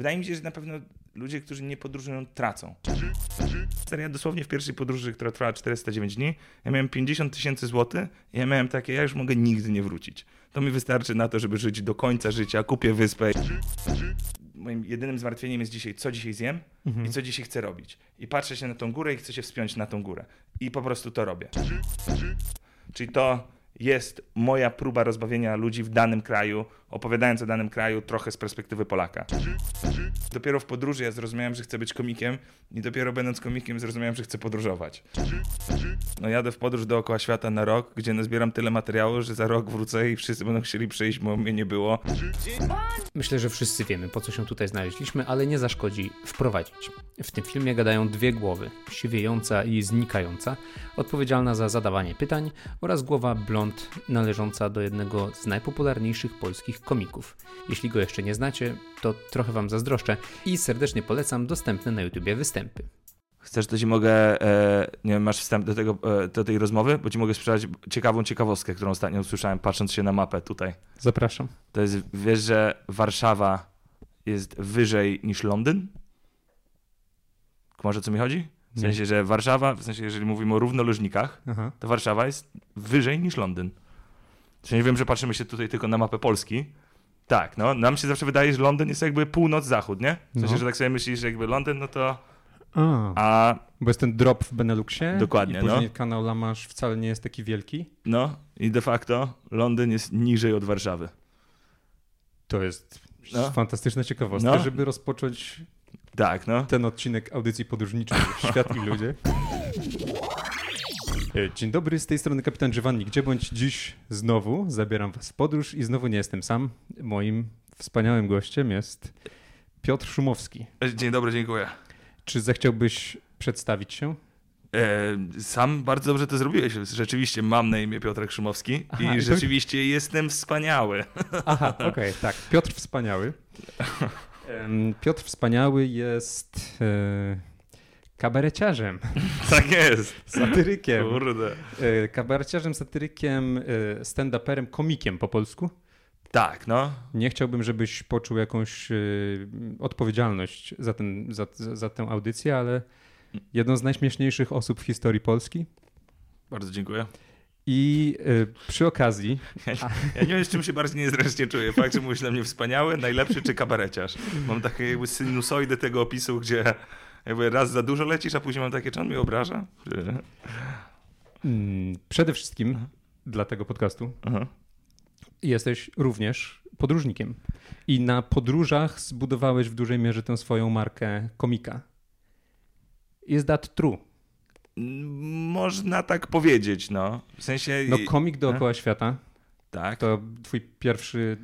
wydaje mi się, że na pewno ludzie, którzy nie podróżują, tracą. Ja dosłownie w pierwszej podróży, która trwała 409 dni, ja miałem 50 000 złotych i ja miałem takie, ja już mogę nigdy nie wrócić. To mi wystarczy na to, żeby żyć do końca życia, kupię wyspę. Moim jedynym zmartwieniem jest dzisiaj, co dzisiaj zjem i co dzisiaj chcę robić. I patrzę się na tą górę i chcę się wspiąć na tą górę. I po prostu to robię. Czyli to jest moja próba rozbawienia ludzi w danym kraju, opowiadając o danym kraju trochę z perspektywy Polaka. Dopiero w podróży ja zrozumiałem, że chcę być komikiem i dopiero będąc komikiem zrozumiałem, że chcę podróżować. No jadę w podróż dookoła świata na rok, gdzie nazbieram tyle materiału, że za rok wrócę i wszyscy będą chcieli przyjść, bo mnie nie było. Myślę, że wszyscy wiemy, po co się tutaj znaleźliśmy, ale nie zaszkodzi wprowadzić. W tym filmie gadają dwie głowy, siwiejąca i znikająca, odpowiedzialna za zadawanie pytań oraz głowa blond należąca do jednego z najpopularniejszych polskich komików. Jeśli go jeszcze nie znacie, to trochę wam zazdroszczę i serdecznie polecam dostępne na YouTubie występy. Chcesz, to ci mogę, nie wiem, masz wstęp do tej rozmowy? Bo ci mogę sprzedać ciekawą ciekawostkę, którą ostatnio usłyszałem, patrząc się na mapę tutaj. Zapraszam. To jest, wiesz, że Warszawa jest wyżej niż Londyn? Może o co mi chodzi? W sensie, że Warszawa, w sensie, jeżeli mówimy o równoleżnikach, to Warszawa jest wyżej niż Londyn. W sensie, wiem, że patrzymy się tutaj tylko na mapę Polski. Tak, no, nam się zawsze wydaje, że Londyn jest jakby północ-zachód, nie? W sensie, że tak sobie myślisz, że jakby Londyn, no to... Bo jest ten drop w Beneluxie. Dokładnie, i później kanał La Manche wcale nie jest taki wielki. No i de facto Londyn jest niżej od Warszawy. To jest fantastyczna ciekawostka, żeby rozpocząć ten odcinek audycji podróżniczej Świat i ludzie. Dzień dobry, z tej strony kapitan Giovanni. Gdzie bądź dziś znowu zabieram was w podróż i znowu nie jestem sam. Moim wspaniałym gościem jest Piotr Szumowski. Dzień dobry, dziękuję. Czy zechciałbyś przedstawić się? Sam bardzo dobrze to zrobiłeś. Rzeczywiście mam na imię Piotrek Szumowski i rzeczywiście jestem wspaniały. Aha, okej, tak. Piotr Wspaniały. Piotr Wspaniały jest kabareciarzem. Tak jest. Satyrykiem. Kurde. Kabareciarzem, satyrykiem, stand-uperem, komikiem po polsku. Tak, no. Nie chciałbym, żebyś poczuł jakąś odpowiedzialność za tę audycję, ale jedną z najśmieszniejszych osób w historii Polski. Bardzo dziękuję. I przy okazji... Ja nie wiem, z czym się bardziej niezręcznie czuję. Fakt, że mówisz dla mnie wspaniały, najlepszy czy kabareciarz. Mam takie jakby sinusoidy tego opisu, gdzie jakby raz za dużo lecisz, a później mam takie, czy on mnie obraża? Przede wszystkim dla tego podcastu jesteś również podróżnikiem. I na podróżach zbudowałeś w dużej mierze tę swoją markę komika. Is that true? Można tak powiedzieć, no. W sensie... No komik dookoła świata. Tak. To twój pierwszy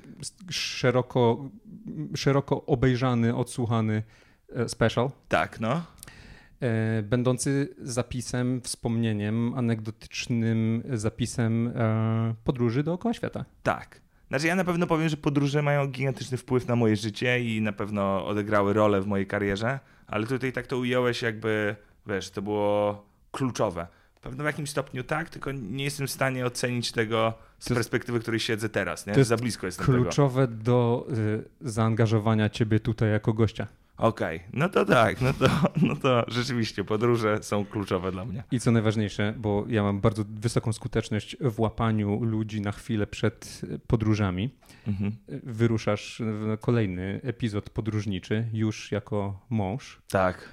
szeroko obejrzany, odsłuchany special. Tak, no. Będący zapisem, wspomnieniem, anegdotycznym zapisem podróży dookoła świata. Tak. Znaczy ja na pewno powiem, że podróże mają gigantyczny wpływ na moje życie i na pewno odegrały rolę w mojej karierze, ale tutaj tak to ująłeś jakby, wiesz, to było kluczowe. Pewno w jakimś stopniu tak, tylko nie jestem w stanie ocenić tego z perspektywy, w której siedzę teraz. Nie? To jest za blisko jestem tego. Kluczowe do zaangażowania ciebie tutaj jako gościa. Okej, no to tak, no to rzeczywiście podróże są kluczowe dla mnie. I co najważniejsze, bo ja mam bardzo wysoką skuteczność w łapaniu ludzi na chwilę przed podróżami. Wyruszasz w kolejny epizod podróżniczy już jako mąż. Tak.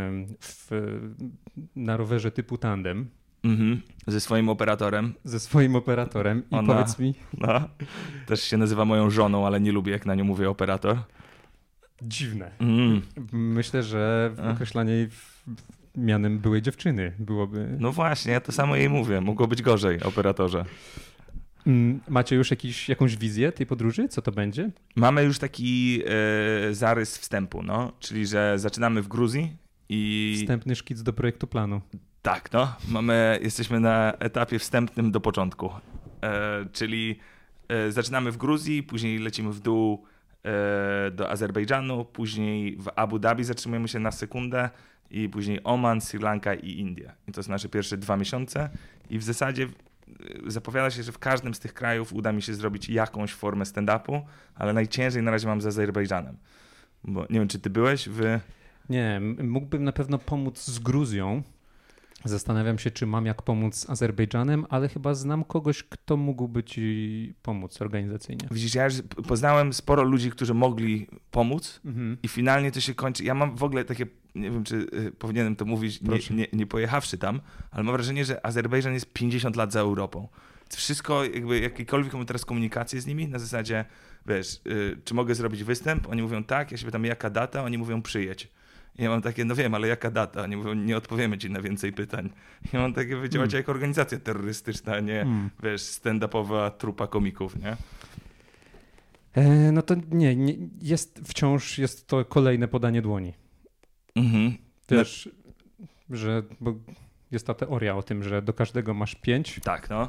Na rowerze typu tandem. Ze swoim operatorem. I powiedz mi... No, też się nazywa moją żoną, ale nie lubię, jak na nią mówię operator. Dziwne. Myślę, że określanie jej mianem byłej dziewczyny byłoby... No właśnie, ja to samo jej mówię. Mogło być gorzej, operatorze. Macie już jakąś wizję tej podróży? Co to będzie? Mamy już taki zarys wstępu, no. Czyli, że zaczynamy w Gruzji i... Wstępny szkic do projektu planu. Tak, no. Jesteśmy na etapie wstępnym do początku. Czyli zaczynamy w Gruzji, później lecimy w dół do Azerbejdżanu, później w Abu Dhabi zatrzymujemy się na sekundę i później Oman, Sri Lanka i Indie. I to są nasze pierwsze 2 miesiące i w zasadzie zapowiada się, że w każdym z tych krajów uda mi się zrobić jakąś formę stand-upu, ale najciężej na razie mam z Azerbejdżanem. Bo nie wiem, czy ty byłeś w... Nie, mógłbym na pewno pomóc z Gruzją. Zastanawiam się, czy mam jak pomóc z Azerbejdżanem, ale chyba znam kogoś, kto mógłby ci pomóc organizacyjnie. Widzisz, ja już poznałem sporo ludzi, którzy mogli pomóc i finalnie to się kończy. Ja mam w ogóle takie, nie wiem, czy powinienem to mówić, nie pojechawszy tam, ale mam wrażenie, że Azerbejdżan jest 50 lat za Europą. Wszystko, jakby jakiekolwiek mamy teraz komunikację z nimi, na zasadzie, wiesz, czy mogę zrobić występ? Oni mówią tak, ja się pytam, jaka data? Oni mówią przyjedź. Ja mam takie, no wiem, ale jaka data? Oni mówią, nie odpowiemy ci na więcej pytań. Ja mam takie, wy działacie jak organizacja terrorystyczna, nie, wiesz, stand-upowa trupa komików, nie? No to nie, wciąż jest to kolejne podanie dłoni. Też, że bo jest ta teoria o tym, że do każdego masz 5. Tak, no.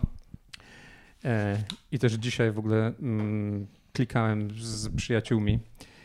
I też dzisiaj w ogóle klikałem z przyjaciółmi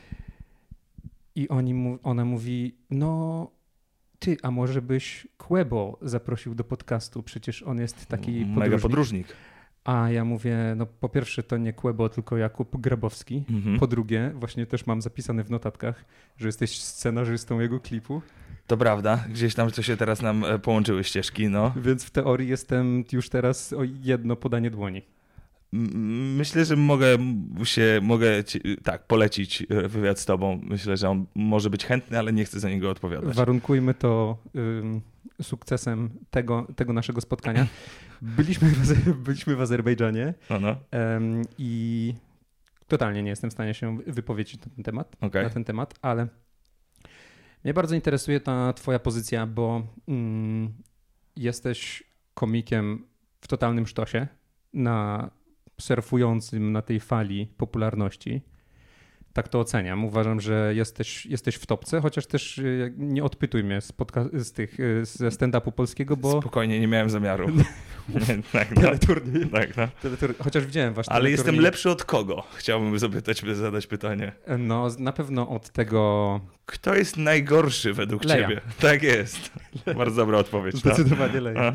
i ona mówi, no ty, a może byś Quebo zaprosił do podcastu, przecież on jest taki mega podróżnik. A ja mówię, no po pierwsze to nie Quebo, tylko Jakub Grabowski. Po drugie, właśnie też mam zapisane w notatkach, że jesteś scenarzystą jego klipu. To prawda, gdzieś tam to się teraz nam połączyły ścieżki, no. Więc w teorii jestem już teraz o jedno podanie dłoni. Myślę, że mogę ci, polecić wywiad z tobą. Myślę, że on może być chętny, ale nie chcę za niego odpowiadać. Warunkujmy to sukcesem tego naszego spotkania. Byliśmy w Azerbejdżanie i totalnie nie jestem w stanie się wypowiedzieć na ten temat, ale mnie bardzo interesuje ta twoja pozycja, bo jesteś komikiem w totalnym sztosie, surfującym na tej fali popularności. Tak to oceniam. Uważam, że jesteś w topce, chociaż też nie odpytuj mnie ze stand-upu polskiego, bo... Spokojnie, nie miałem zamiaru. Teleturniej. Tak. Chociaż widziałem wasz Ale jestem lepszy od kogo? Chciałbym zadać pytanie. No, na pewno od tego... Kto jest najgorszy według Leja. ciebie? Tak jest. Bardzo dobra odpowiedź. Zdecydowanie Leja.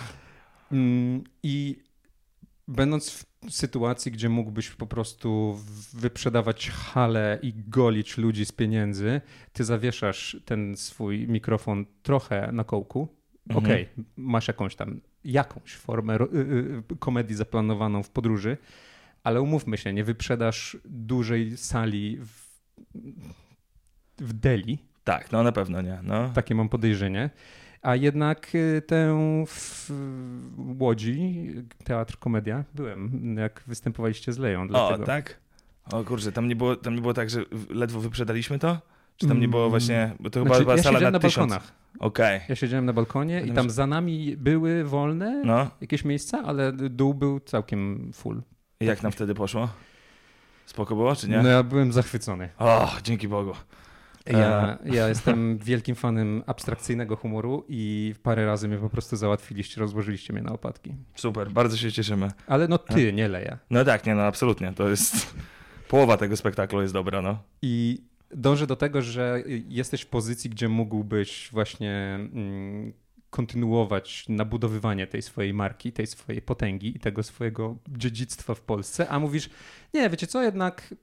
I będąc w sytuacji, gdzie mógłbyś po prostu wyprzedawać halę i golić ludzi z pieniędzy, ty zawieszasz ten swój mikrofon trochę na kołku. Okej, masz jakąś formę komedii zaplanowaną w podróży, ale umówmy się, nie wyprzedasz dużej sali w Delhi. Tak, no na pewno nie. No. Takie mam podejrzenie. A jednak w Łodzi, teatr komedia, byłem, jak występowaliście z Leją. Dlatego. O, tak? O kurczę, tam nie było tak, że ledwo wyprzedaliśmy to? Czy tam nie było właśnie, bo to chyba była sala na 1000. Balkonach. Okej. Ja siedziałem na balkonie i tam za nami były wolne jakieś miejsca, ale dół był całkiem full. I jak nam wtedy poszło? Spoko było, czy nie? No ja byłem zachwycony. O, dzięki Bogu. Ja jestem wielkim fanem abstrakcyjnego humoru i parę razy mnie po prostu załatwiliście, rozłożyliście mnie na opadki. Super, bardzo się cieszymy. Ale no ty, nie Leja. No tak, nie, no absolutnie. To jest... Połowa tego spektaklu jest dobra, no. I dążę do tego, że jesteś w pozycji, gdzie mógłbyś właśnie kontynuować nabudowywanie tej swojej marki, tej swojej potęgi i tego swojego dziedzictwa w Polsce, a mówisz, nie, wiecie co, jednak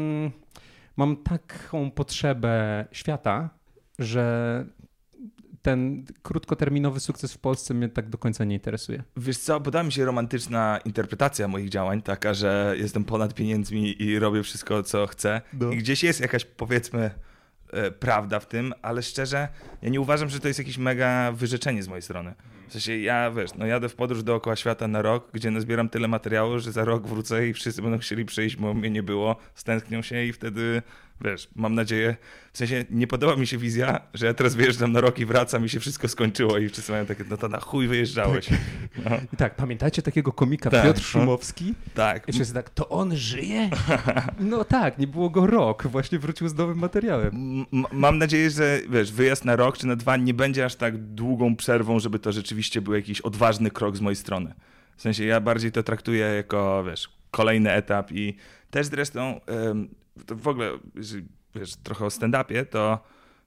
mam taką potrzebę świata, że ten krótkoterminowy sukces w Polsce mnie tak do końca nie interesuje. Wiesz co, podoba mi się romantyczna interpretacja moich działań, taka, że jestem ponad pieniędzmi i robię wszystko, co chcę. No. I gdzieś jest jakaś, powiedzmy, prawda w tym, ale szczerze, ja nie uważam, że to jest jakieś mega wyrzeczenie z mojej strony. W sensie ja, jadę w podróż dookoła świata na rok, gdzie nazbieram tyle materiału, że za rok wrócę i wszyscy będą chcieli przyjść, bo mnie nie było, stęsknią się i wtedy, mam nadzieję, w sensie nie podoba mi się wizja, że ja teraz wyjeżdżam na rok i wracam i się wszystko skończyło i wszyscy mają takie, no to na chuj wyjeżdżałeś. No. Tak, pamiętacie takiego komika Piotr Szumowski? Tak. Jeszcze jest tak, to on żyje? No tak, nie było go rok, właśnie wrócił z nowym materiałem. Mam nadzieję, że wyjazd na rok czy na 2 nie będzie aż tak długą przerwą, żeby to rzeczywiście był jakiś odważny krok z mojej strony. W sensie ja bardziej to traktuję jako, kolejny etap i też zresztą to w ogóle, jeżeli trochę o stand-upie, to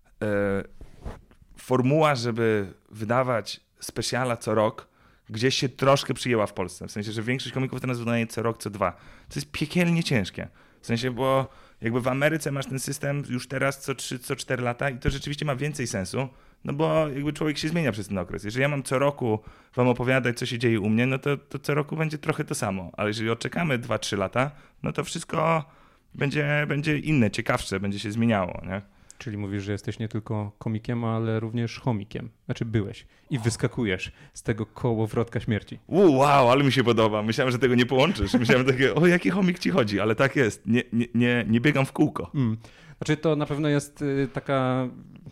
formuła, żeby wydawać specjala co rok, gdzieś się troszkę przyjęła w Polsce. W sensie, że większość komików teraz wydaje co rok, co 2. To jest piekielnie ciężkie. W sensie, bo jakby w Ameryce masz ten system już teraz co 3, co 4 lata i to rzeczywiście ma więcej sensu, no bo jakby człowiek się zmienia przez ten okres. Jeżeli ja mam co roku wam opowiadać, co się dzieje u mnie, no to co roku będzie trochę to samo, ale jeżeli odczekamy 2-3 lata, no to wszystko będzie inne, ciekawsze, będzie się zmieniało, nie? Czyli mówisz, że jesteś nie tylko komikiem, ale również chomikiem. Znaczy byłeś. I wyskakujesz z tego kołowrotka śmierci. Wow, ale mi się podoba. Myślałem, że tego nie połączysz. Myślałem takie, o jaki chomik ci chodzi, ale tak jest. Nie biegam w kółko. Znaczy to na pewno jest taka...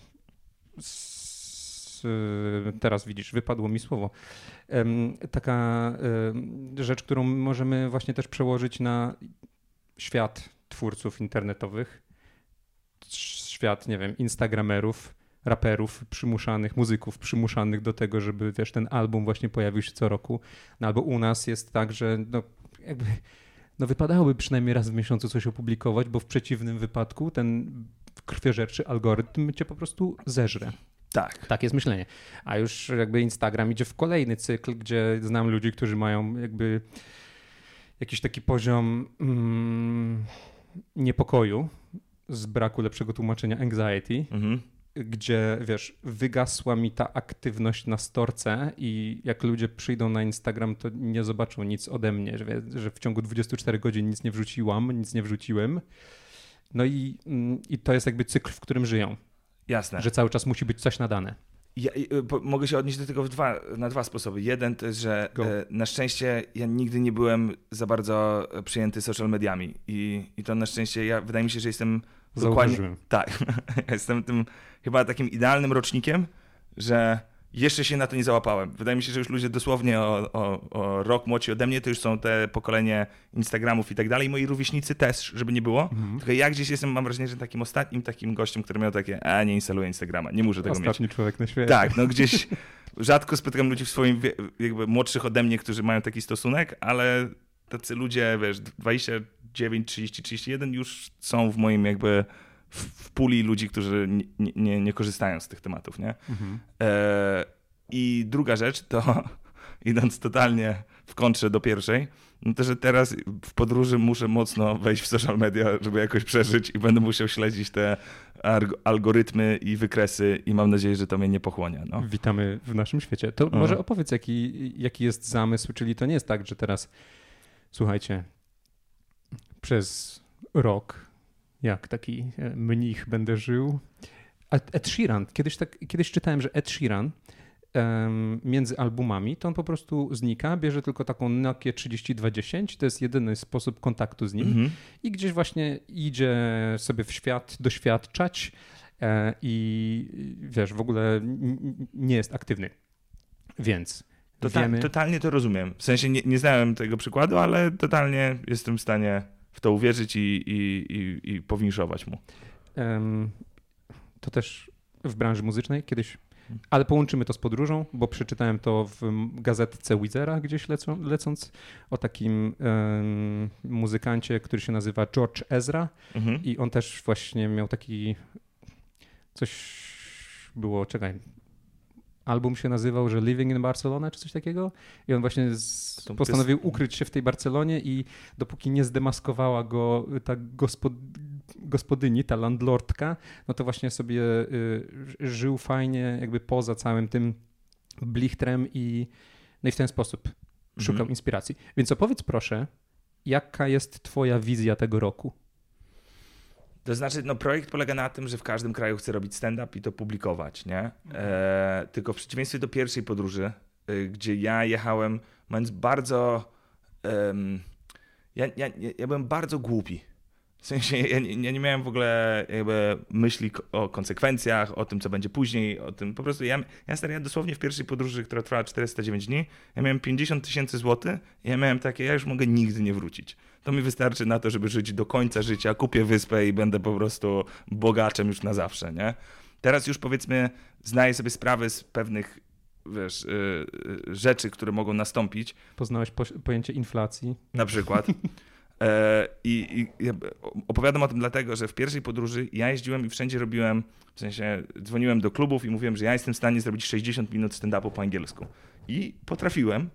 Teraz widzisz, wypadło mi słowo. Taka rzecz, którą możemy właśnie też przełożyć na świat twórców internetowych. Świat, nie wiem, instagramerów, raperów przymuszanych, muzyków przymuszanych do tego, żeby, wiesz, ten album właśnie pojawił się co roku. No albo u nas jest tak, że no jakby wypadałoby przynajmniej raz w miesiącu coś opublikować, bo w przeciwnym wypadku ten krwiożerczy algorytm cię po prostu zeżre. Tak. Tak jest myślenie. A już jakby Instagram idzie w kolejny cykl, gdzie znam ludzi, którzy mają jakby jakiś taki poziom niepokoju z braku lepszego tłumaczenia anxiety, gdzie, wiesz, wygasła mi ta aktywność na storce i jak ludzie przyjdą na Instagram, to nie zobaczą nic ode mnie, że w ciągu 24 godzin nic nie wrzuciłam, nic nie wrzuciłem. No i to jest jakby cykl, w którym żyją. Jasne. Że cały czas musi być coś nadane. Mogę się odnieść do tego na dwa sposoby. Jeden to jest, że na szczęście ja nigdy nie byłem za bardzo przyjęty social mediami i to na szczęście wydaje mi się, że jestem Zauważyłem. Tak, ja jestem tym chyba takim idealnym rocznikiem, że jeszcze się na to nie załapałem. Wydaje mi się, że już ludzie dosłownie o rok młodsi ode mnie to już są te pokolenie Instagramów i tak dalej. Moi rówieśnicy też, żeby nie było. Tylko ja gdzieś jestem, mam wrażenie, że takim ostatnim takim gościem, który miał takie, nie instaluję Instagrama, nie muszę tego mieć. Ostatni człowiek na świecie. Tak, no gdzieś rzadko spotykam ludzi w swoim jakby młodszych ode mnie, którzy mają taki stosunek, ale tacy ludzie, wiesz, 29, 30, 31 już są w moim jakby w puli ludzi, którzy nie korzystają z tych tematów, nie? I druga rzecz to, idąc totalnie w kontrze do pierwszej, no to, że teraz w podróży muszę mocno wejść w social media, żeby jakoś przeżyć i będę musiał śledzić te algorytmy i wykresy i mam nadzieję, że to mnie nie pochłonie. No. Witamy w naszym świecie. To może opowiedz, jaki jest zamysł, czyli to nie jest tak, że teraz, słuchajcie, przez rok jak taki mnich będę żył. Ed Sheeran, kiedyś czytałem, że Ed Sheeran między albumami, to on po prostu znika, bierze tylko taką Nokię 3210, to jest jedyny sposób kontaktu z nim i gdzieś właśnie idzie sobie w świat doświadczać i wiesz, w ogóle nie jest aktywny. Więc wiemy... Totalnie to rozumiem. W sensie nie znałem tego przykładu, ale totalnie jestem w stanie w to uwierzyć i powinszować mu. To też w branży muzycznej kiedyś, ale połączymy to z podróżą, bo przeczytałem to w gazetce Weezera gdzieś lecąc o takim muzykancie, który się nazywa George Ezra i on też właśnie miał taki album się nazywał, że Living in Barcelona czy coś takiego i on właśnie postanowił ukryć się w tej Barcelonie i dopóki nie zdemaskowała go ta gospodyni, ta landlordka, no to właśnie sobie żył fajnie jakby poza całym tym blichtrem i w ten sposób szukał inspiracji. Więc opowiedz proszę, jaka jest twoja wizja tego roku? To znaczy, projekt polega na tym, że w każdym kraju chcę robić stand-up i to publikować, nie? Tylko w przeciwieństwie do pierwszej podróży, gdzie ja jechałem, mając bardzo... Ja byłem bardzo głupi. W sensie ja nie miałem w ogóle jakby myśli o konsekwencjach, o tym, co będzie później, o tym po prostu ja dosłownie w pierwszej podróży, która trwała 409 dni, ja miałem 50 000 złotych i ja miałem takie, ja już mogę nigdy nie wrócić. To mi wystarczy na to, żeby żyć do końca życia, kupię wyspę i będę po prostu bogaczem już na zawsze, nie? Teraz już powiedzmy zdaję sobie sprawę z pewnych rzeczy, które mogą nastąpić. Poznałeś pojęcie inflacji? Na przykład. I ja opowiadam o tym dlatego, że w pierwszej podróży ja jeździłem i wszędzie robiłem, w sensie dzwoniłem do klubów i mówiłem, że ja jestem w stanie zrobić 60 minut stand-upu po angielsku. I potrafiłem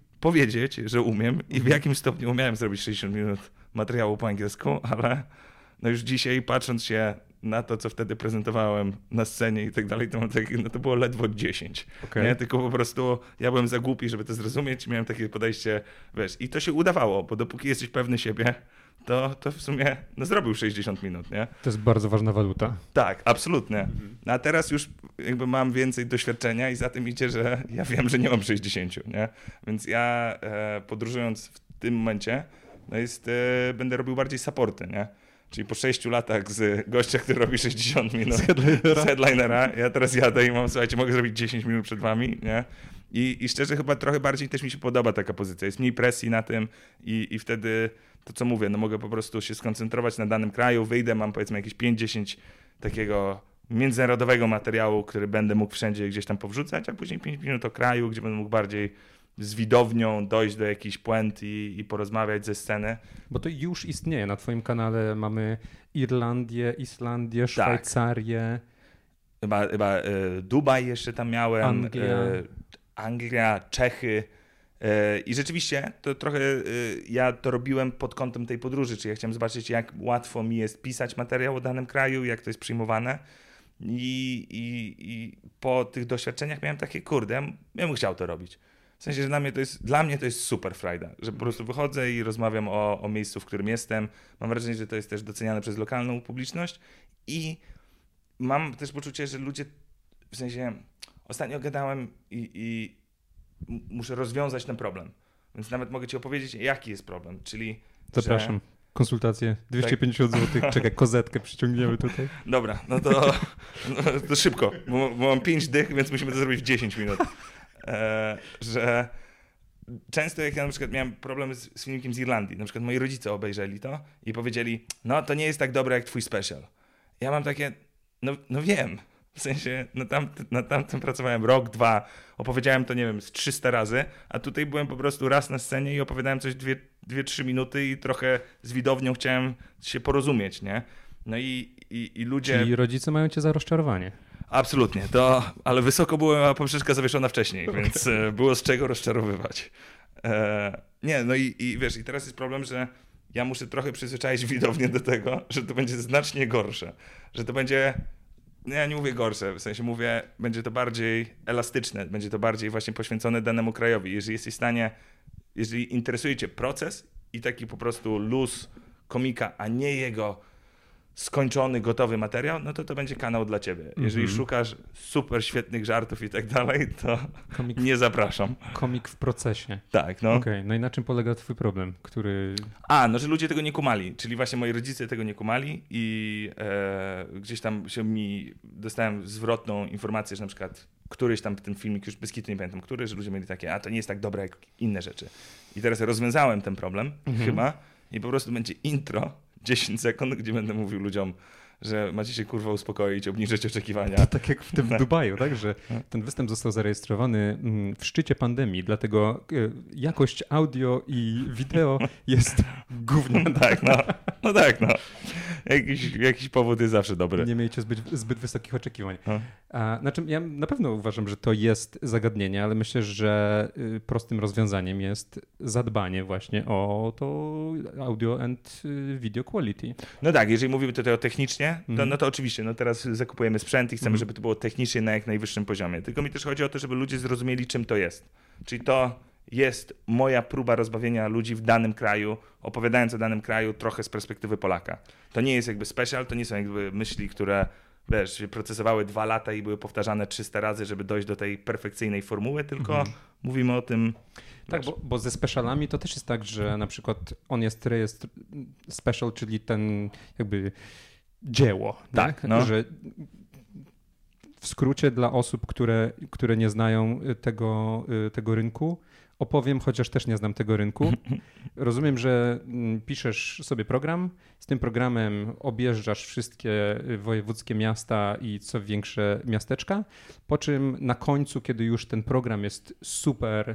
powiedzieć, że umiem i w jakim stopniu umiałem zrobić 60 minut materiału po angielsku, ale no już dzisiaj patrząc się na to, co wtedy prezentowałem na scenie i tak dalej, to, to było ledwo 10. Okay. Nie? Tylko po prostu ja byłem za głupi, żeby to zrozumieć. Miałem takie podejście, wiesz, i to się udawało, bo dopóki jesteś pewny siebie, to w sumie zrobił 60 minut, nie? To jest bardzo ważna waluta. Tak, absolutnie. A teraz już jakby mam więcej doświadczenia i za tym idzie, że ja wiem, że nie mam 60, nie? Więc ja podróżując w tym momencie, będę robił bardziej supporty, nie? Czyli po 6 latach z gościa, który robi 60 minut z headlinera, ja teraz jadę i mam, słuchajcie, mogę zrobić 10 minut przed wami, nie? I szczerze chyba trochę bardziej też mi się podoba taka pozycja. Jest mniej presji na tym i wtedy to, co mówię, no mogę po prostu się skoncentrować na danym kraju, wyjdę, mam powiedzmy jakieś 5-10 takiego międzynarodowego materiału, który będę mógł wszędzie gdzieś tam powrzucać, a później 5 minut o kraju, gdzie będę mógł bardziej z widownią dojść do jakichś puent i porozmawiać ze sceny. Bo to już istnieje. Na twoim kanale mamy Irlandię, Islandię, Szwajcarię. Chyba Dubaj jeszcze tam miałem. Anglia, Czechy. I rzeczywiście to trochę ja to robiłem pod kątem tej podróży, czyli ja chciałem zobaczyć, jak łatwo mi jest pisać materiał o danym kraju, jak to jest przyjmowane. I po tych doświadczeniach miałem takie, kurde, ja bym chciał to robić. W sensie, że dla mnie to jest super frajda, że po prostu wychodzę i rozmawiam o miejscu, w którym jestem. Mam wrażenie, że to jest też doceniane przez lokalną publiczność i mam też poczucie, że ludzie, w sensie ostatnio gadałem i muszę rozwiązać ten problem. Więc nawet mogę ci opowiedzieć, jaki jest problem, czyli... Zapraszam. Że... Konsultacje, 250 zł, czekaj, kozetkę przyciągniemy tutaj. Dobra, no to szybko, bo mam 5 dych, więc musimy to zrobić w 10 minut. Że często jak ja na przykład miałem problem z filmikiem z Irlandii, na przykład moi rodzice obejrzeli to i powiedzieli, no to nie jest tak dobre jak twój special. Ja mam takie, no wiem, w sensie na tamtym pracowałem rok, 2, opowiedziałem to nie wiem z 300 razy, a tutaj byłem po prostu raz na scenie i opowiadałem coś 2-3 minuty i trochę z widownią chciałem się porozumieć, nie? No i ludzie... Czyli rodzice mają cię za rozczarowanie. Absolutnie, ale wysoko była poprzeczka zawieszona wcześniej, więc było z czego rozczarowywać. Nie, no i wiesz, i teraz jest problem, że ja muszę trochę przyzwyczaić widownię do tego, że to będzie znacznie gorsze, że to będzie, no ja nie mówię gorsze, w sensie mówię, będzie to bardziej elastyczne, będzie to bardziej właśnie poświęcone danemu krajowi. Jeżeli jesteś w stanie, jeżeli interesuje cię proces i taki po prostu luz komika, a nie jego skończony, gotowy materiał, no to będzie kanał dla ciebie. Jeżeli szukasz super świetnych żartów i tak dalej, to nie zapraszam. Komik w procesie. Tak, no. Okej, no i na czym polega twój problem, który... No, że ludzie tego nie kumali, czyli właśnie moi rodzice tego nie kumali i gdzieś tam dostałem zwrotną informację, że na przykład któryś tam ten filmik, już bez kitu nie pamiętam, że ludzie mieli takie, to nie jest tak dobre jak inne rzeczy. I teraz rozwiązałem ten problem chyba i po prostu będzie intro 10 sekund, gdzie będę mówił ludziom, że macie się kurwa uspokoić, obniżyć oczekiwania. To tak jak w tym w Dubaju, tak? Że ten występ został zarejestrowany w szczycie pandemii, dlatego jakość audio i wideo jest gówniana. Tak, no. Jakiś powód jest zawsze dobry. Nie miejcie zbyt wysokich oczekiwań. Znaczy, ja na pewno uważam, że to jest zagadnienie, ale myślę, że prostym rozwiązaniem jest zadbanie właśnie o to audio and video quality. No tak, jeżeli mówimy tutaj o technicznie, no to oczywiście, no teraz zakupujemy sprzęt i chcemy, żeby to było technicznie na jak najwyższym poziomie. Tylko mi też chodzi o to, żeby ludzie zrozumieli, czym to jest. Czyli to jest moja próba rozbawienia ludzi w danym kraju, opowiadając o danym kraju trochę z perspektywy Polaka. To nie jest jakby special, to nie są jakby myśli, które wiesz, procesowały 2 lata i były powtarzane 300 razy, żeby dojść do tej perfekcyjnej formuły, tylko mówimy o tym... Tak, bo ze specialami to też jest tak, że na przykład on jest rejestr special, czyli ten jakby dzieło. Tak, no. Że w skrócie dla osób, które nie znają tego rynku, opowiem, chociaż też nie znam tego rynku. Rozumiem, że piszesz sobie program, z tym programem objeżdżasz wszystkie wojewódzkie miasta i co większe miasteczka, po czym na końcu, kiedy już ten program jest super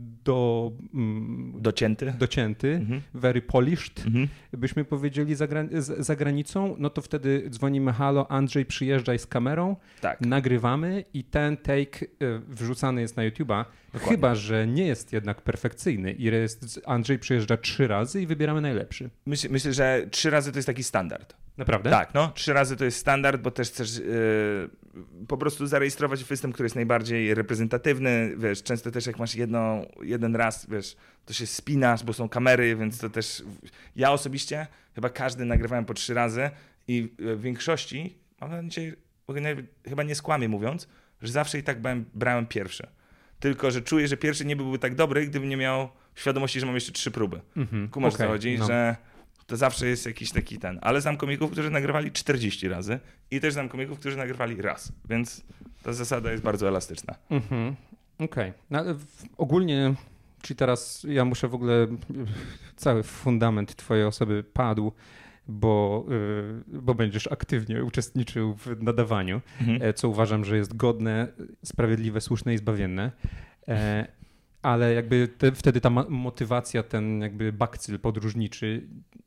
docięty, very polished, byśmy powiedzieli za granicą, no to wtedy dzwonimy, halo, Andrzej, przyjeżdżaj z kamerą, nagrywamy i ten take wrzucany jest na YouTube'a, chyba że nie jest jednak perfekcyjny i Andrzej przyjeżdża 3 razy i wybieramy najlepszy. Myślę, że 3 razy to jest taki standard. Naprawdę? Tak, 3 razy to jest standard, bo też chcesz po prostu zarejestrować występ, który jest najbardziej reprezentatywny. Wiesz, często też jak masz jeden raz, wiesz, to się spinasz, bo są kamery, więc to też... Ja osobiście chyba każdy nagrywałem po 3 razy i w większości, ale dzisiaj chyba nie skłamię mówiąc, że zawsze i tak brałem pierwszy. Tylko, że czuję, że pierwszy nie byłby tak dobry, gdybym nie miał świadomości, że mam jeszcze 3 próby. Kumasz, co chodzi, że to zawsze jest jakiś taki ten. Ale znam komików, którzy nagrywali 40 razy i też znam komików, którzy nagrywali raz. Więc ta zasada jest bardzo elastyczna. Okej. No, ale ogólnie, czyli teraz ja muszę w ogóle, cały fundament twojej osoby padł, bo będziesz aktywnie uczestniczył w nadawaniu, co uważam, że jest godne, sprawiedliwe, słuszne i zbawienne. Ale jakby wtedy ta motywacja, ten jakby bakcyl podróżniczy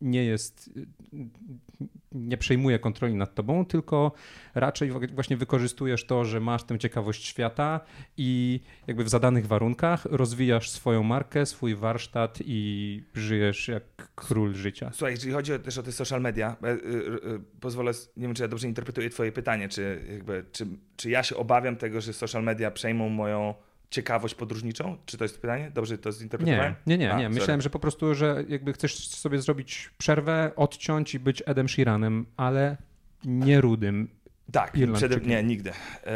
nie przejmuje kontroli nad tobą, tylko raczej właśnie wykorzystujesz to, że masz tę ciekawość świata i jakby w zadanych warunkach rozwijasz swoją markę, swój warsztat i żyjesz jak król życia. Słuchaj, jeżeli chodzi też o te social media, pozwolę, nie wiem, czy ja dobrze interpretuję twoje pytanie, czy ja się obawiam tego, że social media przejmą moją ciekawość podróżniczą? Czy to jest pytanie? Dobrze to zinterpretowałem? Nie. Myślałem, że po prostu, że jakby chcesz sobie zrobić przerwę, odciąć i być Edem Sheeranem, ale nie rudym. Tak, nie, nigdy.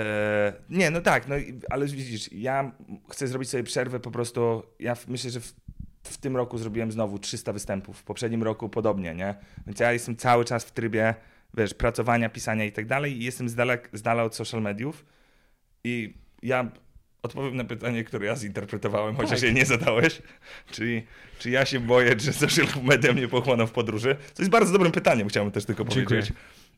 Ale widzisz, ja chcę zrobić sobie przerwę po prostu, ja myślę, że w tym roku zrobiłem znowu 300 występów, w poprzednim roku podobnie, nie? Więc ja jestem cały czas w trybie, wiesz, pracowania, pisania i tak dalej i jestem z dala od social mediów i ja odpowiem na pytanie, które ja zinterpretowałem, chociaż je nie zadałeś. Czyli czy ja się boję, że social media mnie pochłoną w podróży? To jest bardzo dobrym pytaniem, chciałbym też tylko powiedzieć.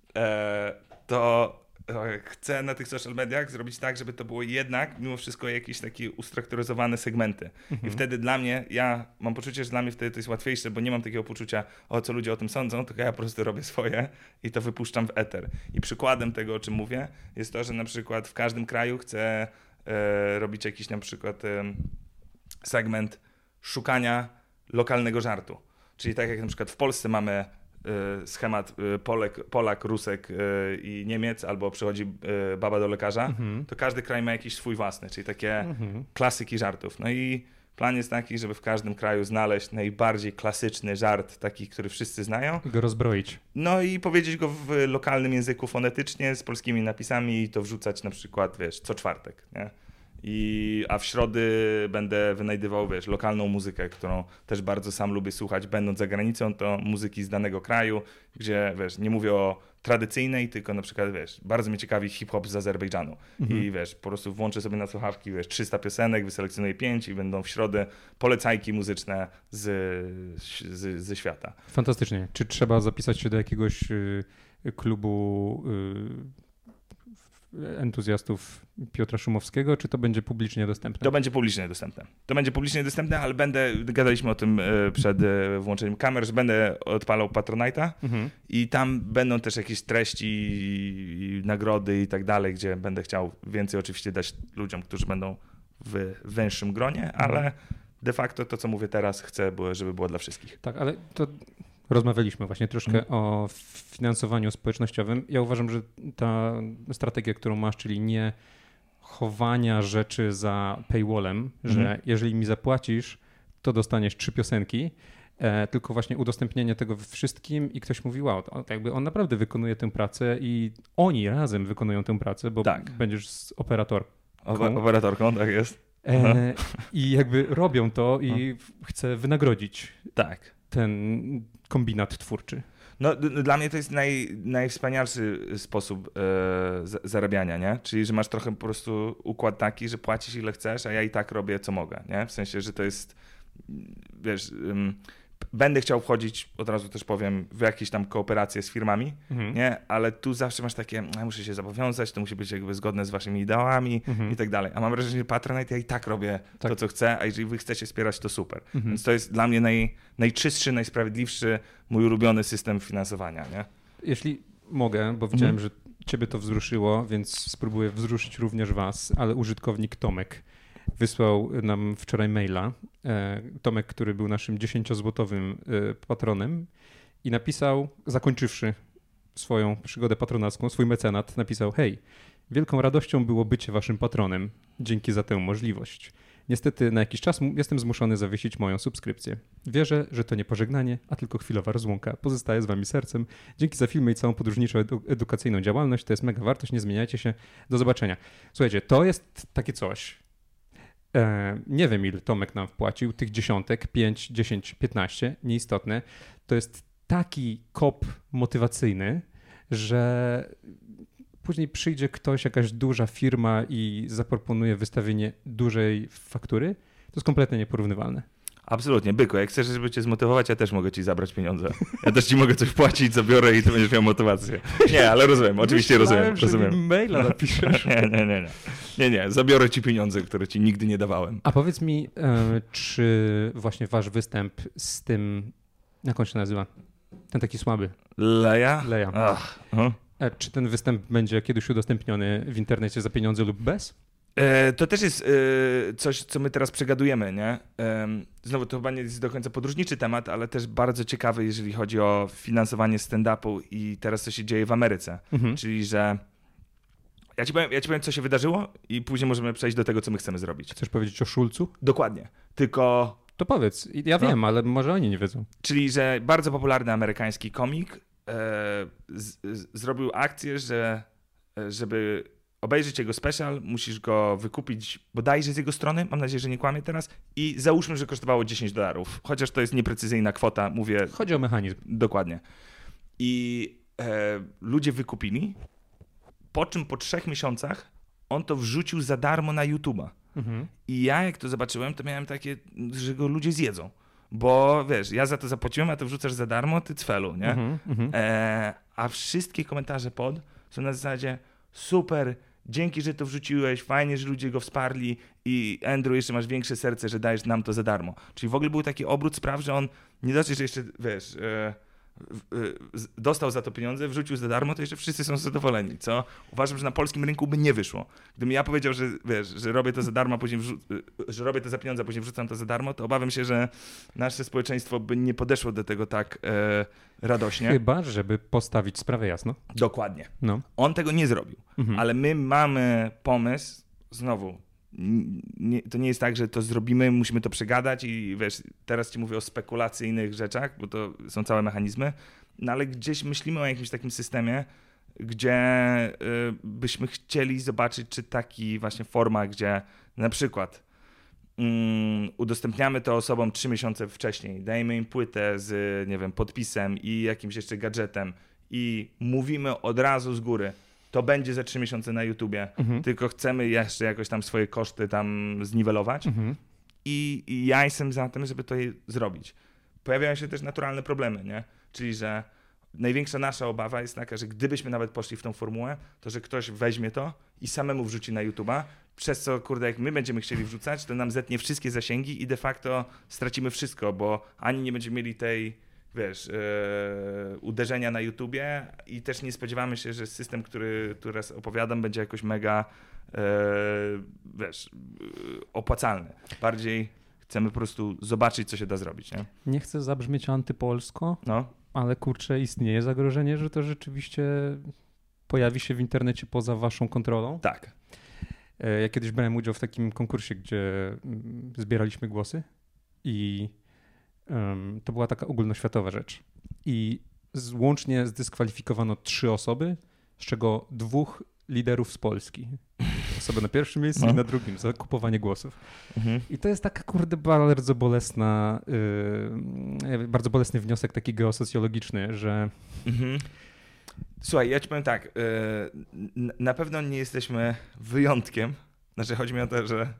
To chcę na tych social mediach zrobić tak, żeby to było jednak mimo wszystko jakieś takie ustrukturyzowane segmenty. I wtedy dla mnie, ja mam poczucie, że dla mnie wtedy to jest łatwiejsze, bo nie mam takiego poczucia, co ludzie o tym sądzą, tylko ja po prostu robię swoje i to wypuszczam w eter. I przykładem tego, o czym mówię, jest to, że na przykład w każdym kraju chcę robić jakiś na przykład segment szukania lokalnego żartu. Czyli tak jak na przykład w Polsce mamy schemat Polak, Rusek i Niemiec, albo przychodzi baba do lekarza, to każdy kraj ma jakiś swój własny, czyli takie klasyki żartów. No i plan jest taki, żeby w każdym kraju znaleźć najbardziej klasyczny żart, taki, który wszyscy znają. I go rozbroić. No i powiedzieć go w lokalnym języku fonetycznie, z polskimi napisami i to wrzucać na przykład, wiesz, co czwartek, nie? A w środy będę wynajdywał, wiesz, lokalną muzykę, którą też bardzo sam lubię słuchać, będąc za granicą, to muzyki z danego kraju, gdzie, wiesz, nie mówię o tradycyjnej, tylko na przykład, wiesz, bardzo mnie ciekawi hip-hop z Azerbejdżanu. I wiesz, po prostu włączę sobie na słuchawki, wiesz, 300 piosenek, wyselekcjonuję 5 i będą w środę polecajki muzyczne ze świata. Fantastycznie. Czy trzeba zapisać się do jakiegoś klubu entuzjastów Piotra Szumowskiego, czy to będzie publicznie dostępne? To będzie publicznie dostępne, ale gadaliśmy o tym przed włączeniem kamer, że będę odpalał Patronite'a i tam będą też jakieś treści i nagrody i tak dalej, gdzie będę chciał więcej oczywiście dać ludziom, którzy będą w węższym gronie, ale de facto to, co mówię teraz, chcę, żeby było dla wszystkich. Tak, ale to rozmawialiśmy właśnie troszkę o finansowaniu społecznościowym. Ja uważam, że ta strategia, którą masz, czyli nie chowania rzeczy za paywallem, że jeżeli mi zapłacisz, to dostaniesz 3 piosenki, tylko właśnie udostępnienie tego wszystkim i ktoś mówi, wow, to jakby on naprawdę wykonuje tę pracę i oni razem wykonują tę pracę, bo będziesz z operatorką. Operatorką, tak jest. I jakby robią to i chcę wynagrodzić ten kombinat twórczy. No, dla mnie to jest najwspanialszy sposób zarabiania, nie? Czyli, że masz trochę po prostu układ taki, że płacisz ile chcesz, a ja i tak robię co mogę, nie? W sensie, że to jest, wiesz, będę chciał wchodzić, od razu też powiem, w jakieś tam kooperacje z firmami, nie? Ale tu zawsze masz takie, muszę się zobowiązać, to musi być jakby zgodne z waszymi ideałami i tak dalej. A mam wrażenie, że Patronite ja i tak robię to, co chcę, a jeżeli wy chcecie wspierać, to super. Więc to jest dla mnie najczystszy, najsprawiedliwszy, mój ulubiony system finansowania, nie? Jeśli mogę, bo widziałem, że ciebie to wzruszyło, więc spróbuję wzruszyć również was, ale użytkownik Tomek wysłał nam wczoraj maila. Tomek, który był naszym 10-złotowym patronem i napisał, zakończywszy swoją przygodę patronacką, swój mecenat, napisał: hej, wielką radością było bycie waszym patronem. Dzięki za tę możliwość. Niestety na jakiś czas jestem zmuszony zawiesić moją subskrypcję. Wierzę, że to nie pożegnanie, a tylko chwilowa rozłąka. Pozostaję z wami sercem. Dzięki za filmy i całą podróżniczą edukacyjną działalność. To jest mega wartość, nie zmieniajcie się. Do zobaczenia. Słuchajcie, to jest takie coś. Nie wiem, ile Tomek nam wpłacił, tych dziesiątek, 5, 10, 15, nieistotne. To jest taki kop motywacyjny, że później przyjdzie ktoś, jakaś duża firma i zaproponuje wystawienie dużej faktury. To jest kompletnie nieporównywalne. Absolutnie, byku, jak chcesz, żeby cię zmotywować, ja też mogę ci zabrać pieniądze. Ja też ci mogę coś płacić, zabiorę i ty będziesz miał motywację. Nie, ale rozumiem, oczywiście rozumiem. Że mi maila napiszesz. Nie, zabiorę ci pieniądze, które ci nigdy nie dawałem. A powiedz mi, czy właśnie wasz występ z tym, jak on się nazywa? Ten taki słaby. Leja. Czy ten występ będzie kiedyś udostępniony w internecie za pieniądze lub bez? To też jest coś, co my teraz przegadujemy, nie? Znowu to chyba nie jest do końca podróżniczy temat, ale też bardzo ciekawy, jeżeli chodzi o finansowanie stand-upu i teraz co się dzieje w Ameryce. Czyli, że ja ci powiem, co się wydarzyło i później możemy przejść do tego, co my chcemy zrobić. Chcesz powiedzieć o Schulzu? Dokładnie. Tylko... To powiedz. Ja wiem, ale może oni nie wiedzą. Czyli, że bardzo popularny amerykański komik zrobił akcję, że żeby obejrzeć jego special, musisz go wykupić bodajże z jego strony, mam nadzieję, że nie kłamię teraz, i załóżmy, że kosztowało $10, chociaż to jest nieprecyzyjna kwota, mówię... Chodzi o mechanizm. Dokładnie. I ludzie wykupili, po czym po 3 miesiącach on to wrzucił za darmo na YouTube'a. I ja jak to zobaczyłem, to miałem takie, że go ludzie zjedzą. Bo wiesz, ja za to zapłaciłem, a to wrzucasz za darmo, ty cfelu, nie? A wszystkie komentarze pod są na zasadzie: super, dzięki, że to wrzuciłeś, fajnie, że ludzie go wsparli i Andrew, jeszcze masz większe serce, że dajesz nam to za darmo. Czyli w ogóle był taki obrót spraw, że on nie dosyć, że jeszcze, wiesz, dostał za to pieniądze, wrzucił za darmo, to jeszcze wszyscy są zadowoleni, co uważam, że na polskim rynku by nie wyszło. Gdybym ja powiedział, że wiesz, że robię to za darmo, a później że robię to za pieniądze, a później wrzucam to za darmo, to obawiam się, że nasze społeczeństwo by nie podeszło do tego tak radośnie. Chyba, żeby postawić sprawę jasno. Dokładnie. No. On tego nie zrobił, ale my mamy pomysł, znowu, to nie jest tak, że to zrobimy, musimy to przegadać i wiesz, teraz ci mówię o spekulacyjnych rzeczach, bo to są całe mechanizmy, no ale gdzieś myślimy o jakimś takim systemie, gdzie byśmy chcieli zobaczyć, czy taki właśnie format, gdzie na przykład udostępniamy to osobom 3 miesiące wcześniej, dajemy im płytę z, nie wiem, podpisem i jakimś jeszcze gadżetem i mówimy od razu z góry: to będzie za 3 miesiące na YouTubie, tylko chcemy jeszcze jakoś tam swoje koszty tam zniwelować. I ja jestem za tym, żeby to zrobić. Pojawiają się też naturalne problemy, nie? Czyli, że największa nasza obawa jest taka, że gdybyśmy nawet poszli w tą formułę, to że ktoś weźmie to i samemu wrzuci na YouTuba, przez co, kurde, jak my będziemy chcieli wrzucać, to nam zetnie wszystkie zasięgi i de facto stracimy wszystko, bo ani nie będziemy mieli tej, wiesz, uderzenia na YouTubie i też nie spodziewamy się, że system, który teraz opowiadam, będzie jakoś mega, wiesz, opłacalny. Bardziej chcemy po prostu zobaczyć, co się da zrobić, nie? Nie chcę zabrzmieć antypolsko, no. Ale kurczę, istnieje zagrożenie, że to rzeczywiście pojawi się w internecie poza waszą kontrolą. Tak. Ja kiedyś brałem udział w takim konkursie, gdzie zbieraliśmy głosy i to była taka ogólnoświatowa rzecz. I łącznie zdyskwalifikowano 3 osoby, z czego 2 liderów z Polski. Osobę na pierwszym miejscu i na drugim za kupowanie głosów. I to jest taka, kurde, bardzo bolesna, bardzo bolesny wniosek taki geosocjologiczny, że... Słuchaj, ja ci powiem tak, na pewno nie jesteśmy wyjątkiem. Znaczy, chodzi mi o to, że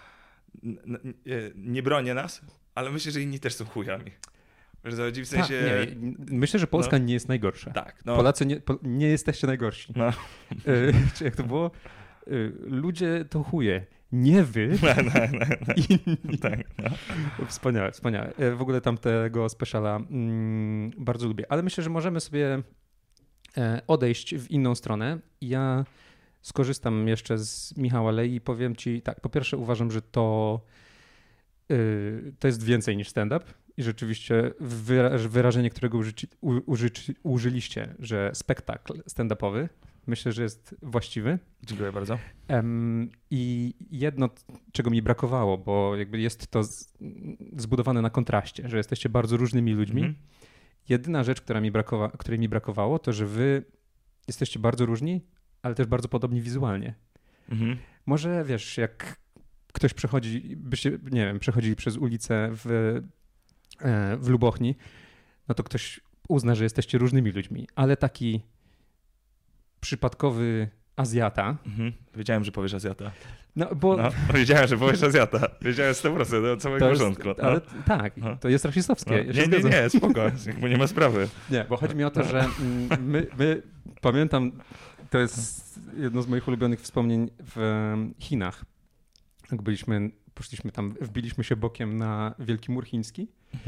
nie bronię nas, ale myślę, że inni też są chujami. W sensie... Myślę, że Polska nie jest najgorsza. Tak. Polacy nie jesteście najgorsi. Czy jak to było? Ludzie to chuje. Nie wy. Tak. Wspaniałe. W ogóle tamtego speciala bardzo lubię. Ale myślę, że możemy sobie odejść w inną stronę. Ja skorzystam jeszcze z Michała Lei i powiem ci tak. Po pierwsze uważam, że to jest więcej niż stand-up i rzeczywiście wyrażenie, którego użyliście, że spektakl stand-upowy, myślę, że jest właściwy. Dziękuję bardzo. I jedno, czego mi brakowało, bo jakby jest to zbudowane na kontraście, że jesteście bardzo różnymi ludźmi. Jedyna rzecz, której mi brakowało, to że wy jesteście bardzo różni, ale też bardzo podobni wizualnie. Może wiesz, jak ktoś przechodzili przez ulicę w Lubochni, no to ktoś uzna, że jesteście różnymi ludźmi, ale taki przypadkowy Azjata. Wiedziałem, że powiesz Azjata. Wiedziałem, że powiesz Azjata. Wiedziałem 100% od samego początku. Ale tak, to jest rasistowskie. Nie, spoko, jakby nie ma sprawy. Nie, bo chodzi mi o to, że my pamiętam, to jest jedno z moich ulubionych wspomnień w Chinach. Jak poszliśmy tam, wbiliśmy się bokiem na Wielki Mur Chiński.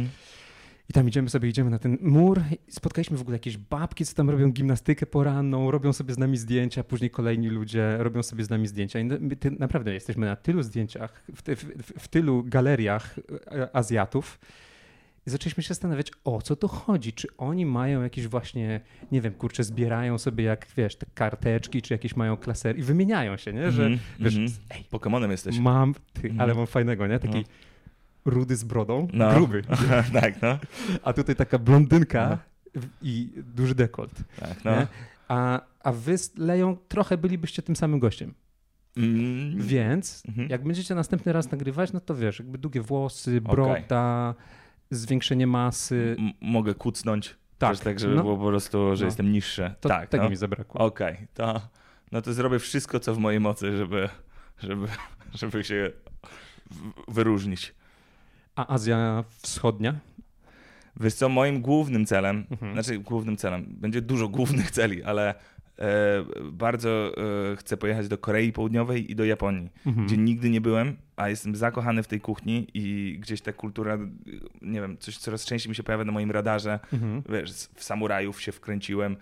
I tam idziemy na ten mur i spotkaliśmy w ogóle jakieś babki, co tam robią gimnastykę poranną, robią sobie z nami zdjęcia, później kolejni ludzie robią sobie z nami zdjęcia. I naprawdę jesteśmy na tylu zdjęciach, w tylu galeriach Azjatów i zaczęliśmy się zastanawiać, o co to chodzi. Czy oni mają jakieś właśnie, nie wiem, zbierają sobie jak, wiesz, te karteczki, czy jakieś mają klasery i wymieniają się, nie? Że wiesz, ej, Pokemonem jesteś. Ale mam fajnego, nie? Taki rudy z brodą, gruby. Tak, no. A tutaj taka blondynka i duży dekolt. Tak, no. A wy z Leją trochę bylibyście tym samym gościem. Więc jak będziecie następny raz nagrywać, no to wiesz, jakby długie włosy, broda, zwiększenie masy. Mogę kucnąć. Tak, żeby było po prostu, że jestem niższy. Tego mi zabrakło. Okej, to zrobię wszystko, co w mojej mocy, żeby się wyróżnić. A Azja Wschodnia? Wiesz co, moim głównym celem, będzie dużo głównych celi, ale bardzo chcę pojechać do Korei Południowej i do Japonii, gdzie nigdy nie byłem, a jestem zakochany w tej kuchni i gdzieś ta kultura, nie wiem, coś coraz częściej mi się pojawia na moim radarze. Wiesz, w samurajów się wkręciłem,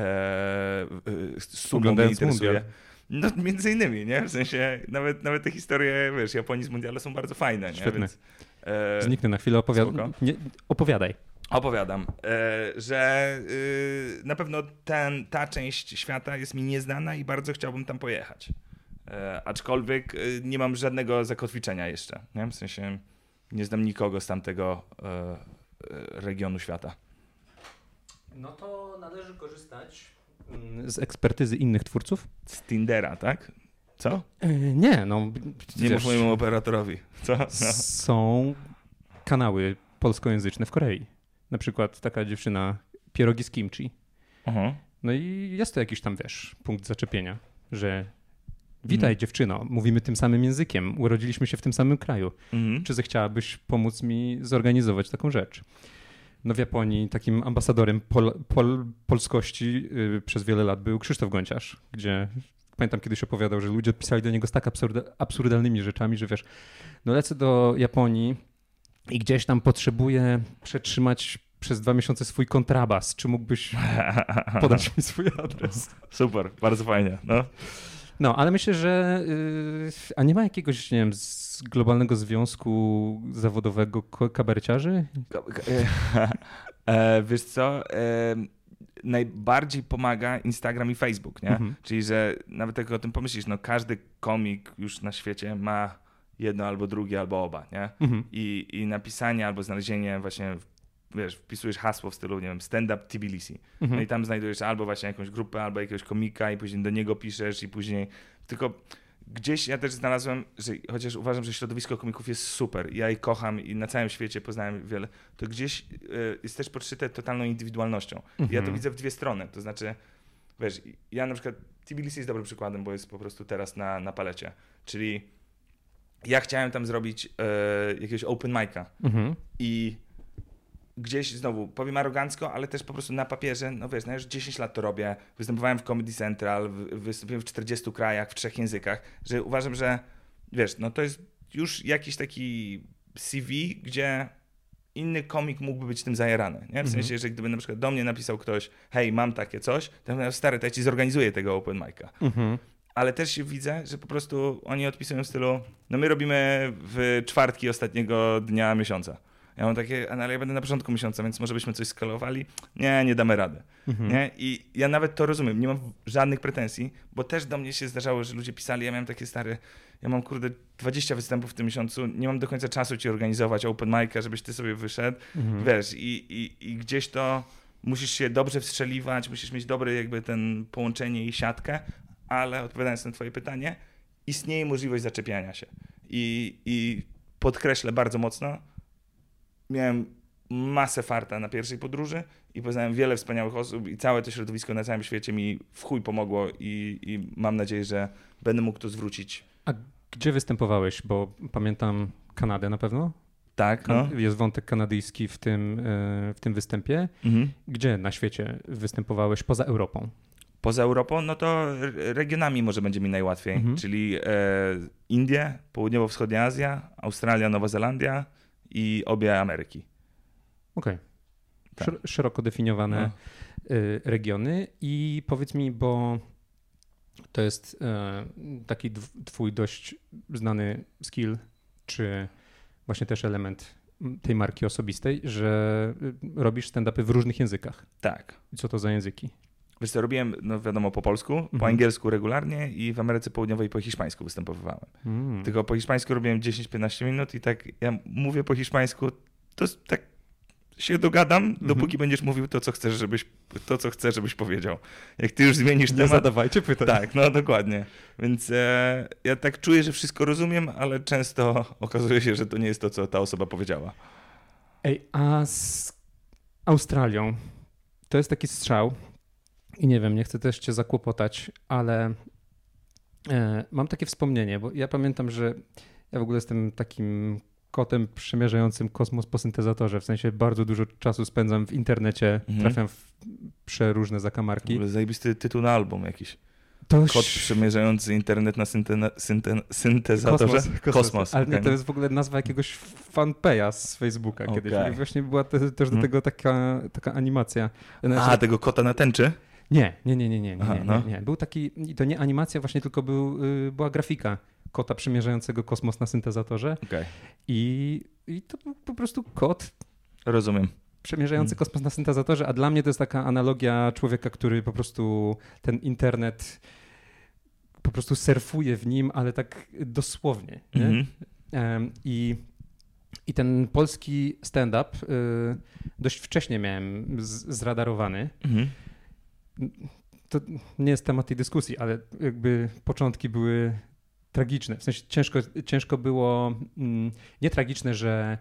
sumo mnie interesuje. No między innymi, nie? W sensie nawet te historie, wiesz, Japonii z mundialu są bardzo fajne, nie? Świetne. Więc, zniknę na chwilę, opowiadaj. Opowiadam, że na pewno ta część świata jest mi nieznana i bardzo chciałbym tam pojechać. Aczkolwiek nie mam żadnego zakotwiczenia jeszcze, nie? W sensie nie znam nikogo z tamtego regionu świata. No to należy korzystać z ekspertyzy innych twórców. Z Tindera, tak? Co? Nie, no. Nie mów mojemu operatorowi. Co? No. Są kanały polskojęzyczne w Korei. Na przykład taka dziewczyna Pierogi z kimchi. No i jest to jakiś tam, wiesz, punkt zaczepienia, że witaj dziewczyno, mówimy tym samym językiem, urodziliśmy się w tym samym kraju. Czy zechciałabyś pomóc mi zorganizować taką rzecz? No w Japonii takim ambasadorem polskości przez wiele lat był Krzysztof Gonciarz, gdzie pamiętam kiedyś opowiadał, że ludzie pisali do niego z tak absurdalnymi rzeczami, że wiesz, no lecę do Japonii i gdzieś tam potrzebuję przetrzymać przez 2 miesiące swój kontrabas. Czy mógłbyś podać mi swój adres? Super, bardzo fajnie. No, ale myślę, że a nie ma jakiegoś, nie wiem, z globalnego związku zawodowego kabareciarzy? Wiesz co, najbardziej pomaga Instagram i Facebook, nie? Czyli, że nawet jak o tym pomyślisz, no każdy komik już na świecie ma jedno albo drugie, albo oba, nie? I napisanie albo znalezienie właśnie, wiesz, wpisujesz hasło w stylu, nie wiem, stand-up Tbilisi. No i tam znajdujesz albo właśnie jakąś grupę, albo jakiegoś komika i później do niego piszesz i później... Tylko gdzieś ja też znalazłem, że chociaż uważam, że środowisko komików jest super, ja ich kocham i na całym świecie poznałem wiele, to gdzieś jest też podszyte totalną indywidualnością. Ja to widzę w dwie strony, to znaczy, wiesz, ja na przykład, Tbilisi jest dobrym przykładem, bo jest po prostu teraz na palecie, czyli ja chciałem tam zrobić jakiegoś open mic'a i gdzieś znowu, powiem arogancko, ale też po prostu na papierze, no wiesz, no już 10 lat to robię, występowałem w Comedy Central, wystąpiłem w 40 krajach, w 3 językach, że uważam, że wiesz, no to jest już jakiś taki CV, gdzie inny komik mógłby być tym zajarany, nie? W sensie, że gdyby na przykład do mnie napisał ktoś, hej, mam takie coś, to ja mówię, stary, to ja ci zorganizuję tego open mic'a. Ale też się widzę, że po prostu oni odpisują w stylu, no my robimy w czwartki ostatniego dnia miesiąca. Ja mam takie, ale ja będę na początku miesiąca, więc może byśmy coś skalowali. Nie damy rady. Nie? I ja nawet to rozumiem, nie mam żadnych pretensji, bo też do mnie się zdarzało, że ludzie pisali, ja miałem takie stare, ja mam 20 występów w tym miesiącu, nie mam do końca czasu ci organizować open mic'a, żebyś ty sobie wyszedł, wiesz, i gdzieś to musisz się dobrze wstrzeliwać, musisz mieć dobre jakby ten połączenie i siatkę, ale odpowiadając na twoje pytanie, istnieje możliwość zaczepiania się. I podkreślę bardzo mocno, miałem masę farta na pierwszej podróży i poznałem wiele wspaniałych osób i całe to środowisko na całym świecie mi w chuj pomogło i mam nadzieję, że będę mógł to zwrócić. A gdzie występowałeś? Bo pamiętam Kanadę na pewno. Tak, no. Jest wątek kanadyjski w tym występie. Gdzie na świecie występowałeś poza Europą? Poza Europą, no to regionami może będzie mi najłatwiej, czyli Indie, Południowo-Wschodnia Azja, Australia, Nowa Zelandia i obie Ameryki. Okej. Tak. Szeroko definiowane regiony i powiedz mi, bo to jest taki twój dość znany skill, czy właśnie też element tej marki osobistej, że robisz stand-upy w różnych językach. Tak. I co to za języki? Wiesz co, robiłem, no wiadomo, po polsku, po angielsku regularnie i w Ameryce Południowej po hiszpańsku występowałem. Tylko po hiszpańsku robiłem 10-15 minut i tak ja mówię po hiszpańsku, to tak się dogadam, dopóki będziesz mówił to, co chcesz, żebyś powiedział. Jak ty już zmienisz temat... zadawajcie pytań. Tak, no dokładnie. Więc ja tak czuję, że wszystko rozumiem, ale często okazuje się, że to nie jest to, co ta osoba powiedziała. Ej, a z Australią to jest taki strzał i nie wiem, nie chcę też cię zakłopotać, ale mam takie wspomnienie, bo ja pamiętam, że ja w ogóle jestem takim kotem przemierzającym kosmos po syntezatorze, w sensie bardzo dużo czasu spędzam w internecie, trafiam w przeróżne zakamarki. W ogóle zajebisty tytuł na album jakiś. To Kot przemierzający internet na syntezatorze. Kosmos. Ale nie, to jest w ogóle nazwa jakiegoś fanpage'a z Facebooka kiedyś. I właśnie była też do tego taka animacja. Znaczy... tego kota na tęczy? Nie. Był taki, to nie animacja właśnie, tylko była grafika kota przemierzającego kosmos na syntezatorze. Okay. I to był po prostu kot. Rozumiem. Przemierzający kosmos na syntezatorze, a dla mnie to jest taka analogia człowieka, który po prostu ten internet po prostu surfuje w nim, ale tak dosłownie. Nie? I ten polski stand-up dość wcześnie miałem zradarowany. To nie jest temat tej dyskusji, ale jakby początki były tragiczne. W sensie ciężko było, nie tragiczne, że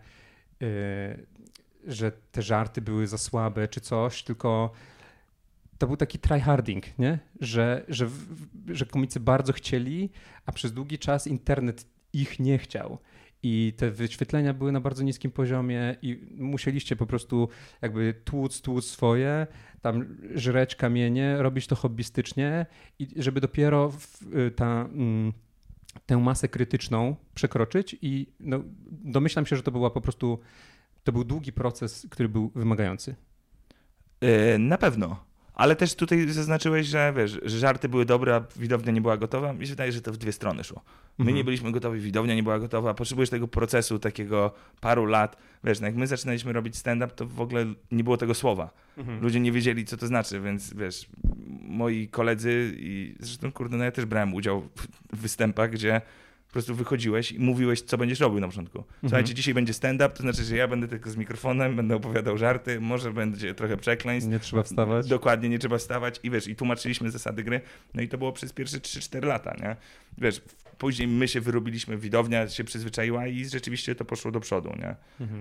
te żarty były za słabe czy coś, tylko to był taki tryharding, nie? Że komicy bardzo chcieli, a przez długi czas internet ich nie chciał. I te wyświetlenia były na bardzo niskim poziomie i musieliście po prostu jakby tłuc swoje, tam żreć kamienie, robić to hobbystycznie i żeby dopiero tę masę krytyczną przekroczyć i no, domyślam się, że to był długi proces, który był wymagający. Na pewno. Ale też tutaj zaznaczyłeś, że wiesz, że żarty były dobre, a widownia nie była gotowa. Mi się wydaje, że to w dwie strony szło. My nie byliśmy gotowi, widownia nie była gotowa. Potrzebujesz tego procesu takiego paru lat. Wiesz, no jak my zaczynaliśmy robić stand-up, to w ogóle nie było tego słowa. Ludzie nie wiedzieli, co to znaczy, więc wiesz, moi koledzy i zresztą kurde, no ja też brałem udział w występach, gdzie po prostu wychodziłeś i mówiłeś, co będziesz robił na początku. Słuchajcie, dzisiaj będzie stand-up, to znaczy, że ja będę tylko z mikrofonem, będę opowiadał żarty, może będzie trochę przekleństw. Nie trzeba wstawać. Dokładnie, nie trzeba wstawać i wiesz, i tłumaczyliśmy zasady gry. No i to było przez pierwsze 3-4 lata, nie? Wiesz, później my się wyrobiliśmy, widownia się przyzwyczaiła i rzeczywiście to poszło do przodu, nie?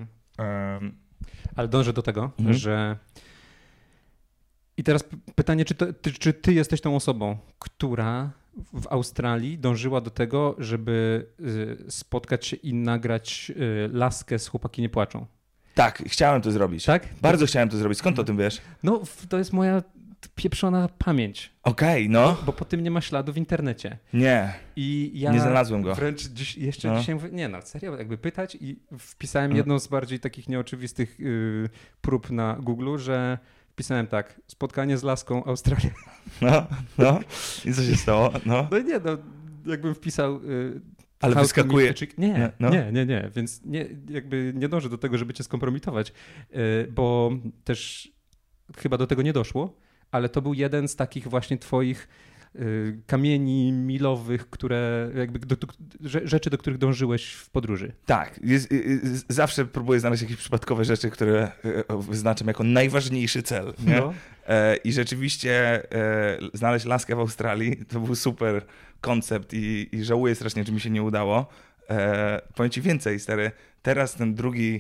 Ale dążę do tego, że... I teraz pytanie, czy ty jesteś tą osobą, która w Australii dążyła do tego, żeby spotkać się i nagrać laskę z Chłopaki nie płaczą? Tak, chciałem to zrobić. Tak? Bardzo chciałem to zrobić. Skąd o tym wiesz? No, to jest moja pieprzona pamięć. Okej, no. Bo po tym nie ma śladu w internecie. Nie. I ja nie znalazłem go. Wręcz dzisiaj mówię, nie no, serio, jakby pytać i wpisałem jedną z bardziej takich nieoczywistych prób na Google, że wpisałem tak, spotkanie z laską Australia. No. I co się stało? No nie, no jakbym wpisał Ale wyskakuje... Nie. Więc jakby nie dążę do tego, żeby cię skompromitować, bo też chyba do tego nie doszło, ale to był jeden z takich właśnie twoich kamieni milowych, które jakby rzeczy, do których dążyłeś w podróży. Tak. Zawsze próbuję znaleźć jakieś przypadkowe rzeczy, które wyznaczam jako najważniejszy cel. Nie? No. I rzeczywiście znaleźć laskę w Australii to był super koncept i żałuję strasznie, że mi się nie udało. Powiem ci więcej, stary. Teraz ten drugi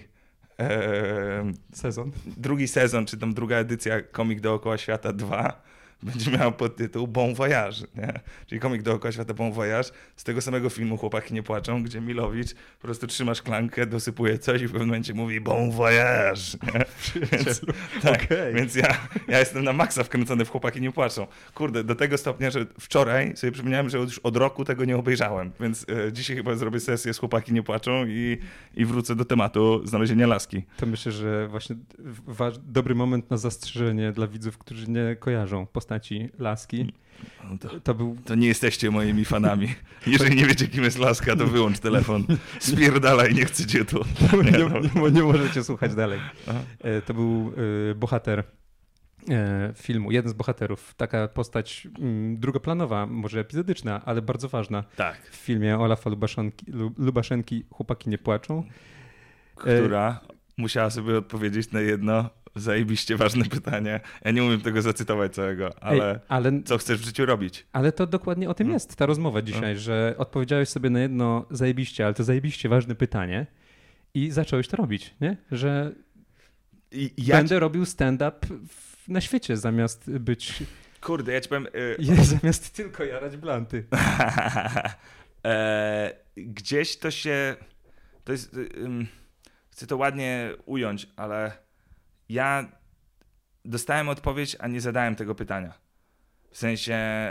sezon, czy tam druga edycja Komik dookoła świata 2 będzie miała podtytuł Bon Voyage, nie? Czyli Komik dookoła świata Bon Voyage z tego samego filmu Chłopaki nie płaczą, gdzie Milowicz po prostu trzyma szklankę, dosypuje coś i w pewnym momencie mówi Bon Voyage. Więc, tak, więc ja jestem na maksa wkręcony w Chłopaki nie płaczą. Kurde, do tego stopnia, że wczoraj sobie przypomniałem, że już od roku tego nie obejrzałem, więc dzisiaj chyba zrobię sesję z Chłopaki nie płaczą i wrócę do tematu znalezienia laski. To myślę, że właśnie dobry moment na zastrzeżenie dla widzów, którzy nie kojarzą postaci laski. To nie jesteście moimi fanami. Jeżeli nie wiecie, kim jest laska, to wyłącz telefon. Spierdalaj, nie chcę cię tu. Nie możecie słuchać dalej. Aha. To był bohater filmu, jeden z bohaterów. Taka postać drugoplanowa, może epizodyczna, ale bardzo ważna. Tak. W filmie Olafa Lubaszenki Chłopaki nie płaczą. Która musiała sobie odpowiedzieć na jedno zajebiście ważne pytanie. Ja nie umiem tego zacytować całego, ale co chcesz w życiu robić? Ale to dokładnie o tym jest ta rozmowa dzisiaj, że odpowiedziałeś sobie na jedno zajebiście, ale to zajebiście ważne pytanie i zacząłeś to robić, nie? Że będę robił stand-up na świecie zamiast być... Kurde, ja ci powiem... Zamiast tylko jarać blanty. Gdzieś to się... To jest... Chcę to ładnie ująć, ale ja dostałem odpowiedź, a nie zadałem tego pytania. W sensie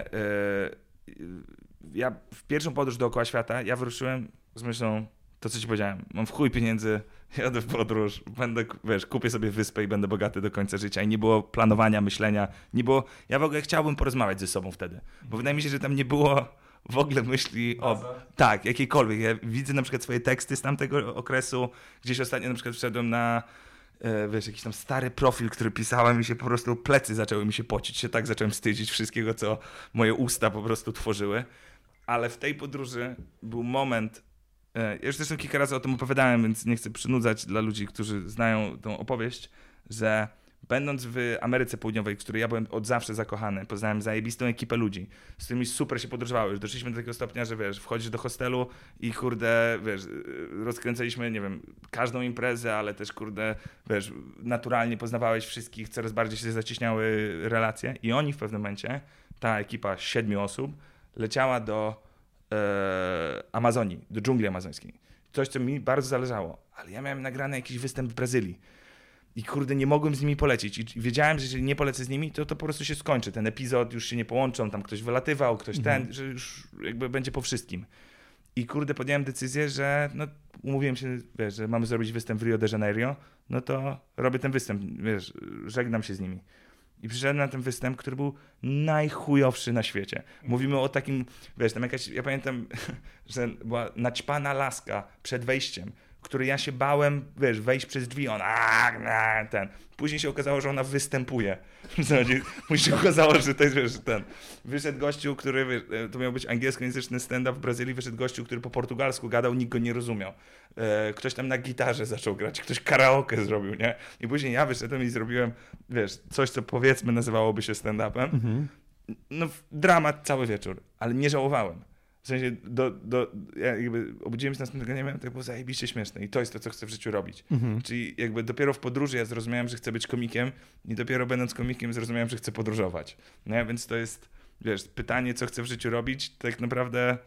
ja w pierwszą podróż dookoła świata ja wyruszyłem z myślą, to co ci powiedziałem, mam w chuj pieniędzy, jadę w podróż, kupię sobie wyspę i będę bogaty do końca życia. I nie było planowania, myślenia, nie było... Ja w ogóle chciałbym porozmawiać ze sobą wtedy, bo wydaje mi się, że tam nie było w ogóle myśli o... Tak, jakiejkolwiek. Ja widzę na przykład swoje teksty z tamtego okresu. Gdzieś ostatnio na przykład wszedłem na jakiś tam stary profil, który pisałem i się po prostu plecy zaczęły mi się pocić. Się tak zacząłem wstydzić wszystkiego, co moje usta po prostu tworzyły. Ale w tej podróży był moment... Ja już zresztą kilka razy o tym opowiadałem, więc nie chcę przynudzać dla ludzi, którzy znają tą opowieść, że będąc w Ameryce Południowej, w której ja byłem od zawsze zakochany, poznałem zajebistą ekipę ludzi, z którymi super się podróżowało. Już doszliśmy do takiego stopnia, że wchodzisz do hostelu i rozkręcaliśmy, nie wiem, każdą imprezę, ale też naturalnie poznawałeś wszystkich, coraz bardziej się zacieśniały relacje i oni w pewnym momencie, ta ekipa 7 osób, leciała do Amazonii, do dżungli amazońskiej. Coś, co mi bardzo zależało, ale ja miałem nagrany jakiś występ w Brazylii. I nie mogłem z nimi polecieć. I wiedziałem, że jeżeli nie polecę z nimi, to po prostu się skończy. Ten epizod już się nie połączą, tam ktoś wylatywał, ktoś że już jakby będzie po wszystkim. I podjąłem decyzję, że umówiłem się, że mamy zrobić występ w Rio de Janeiro, no to robię ten występ, żegnam się z nimi. I przyszedłem na ten występ, który był najchujowszy na świecie. Mówimy o takim, tam ja pamiętam, że była naćpana laska przed wejściem, który ja się bałem, wejść przez drzwi, Później się okazało, że ona występuje. Później się okazało, że to jest, Wyszedł gościu, który, to miał być angielskojęzyczny stand-up w Brazylii, wyszedł gościu, który po portugalsku gadał, nikt go nie rozumiał. Ktoś tam na gitarze zaczął grać, ktoś karaoke zrobił, nie? I później ja wyszedłem i zrobiłem, coś, co powiedzmy nazywałoby się stand-upem. Dramat cały wieczór, ale nie żałowałem. W sensie, ja obudziłem się następnego dnia, to było zajebiście śmieszne i to jest to, co chcę w życiu robić. Czyli dopiero w podróży ja zrozumiałem, że chcę być komikiem i dopiero będąc komikiem zrozumiałem, że chcę podróżować. No, więc to jest, pytanie, co chcę w życiu robić, tak naprawdę,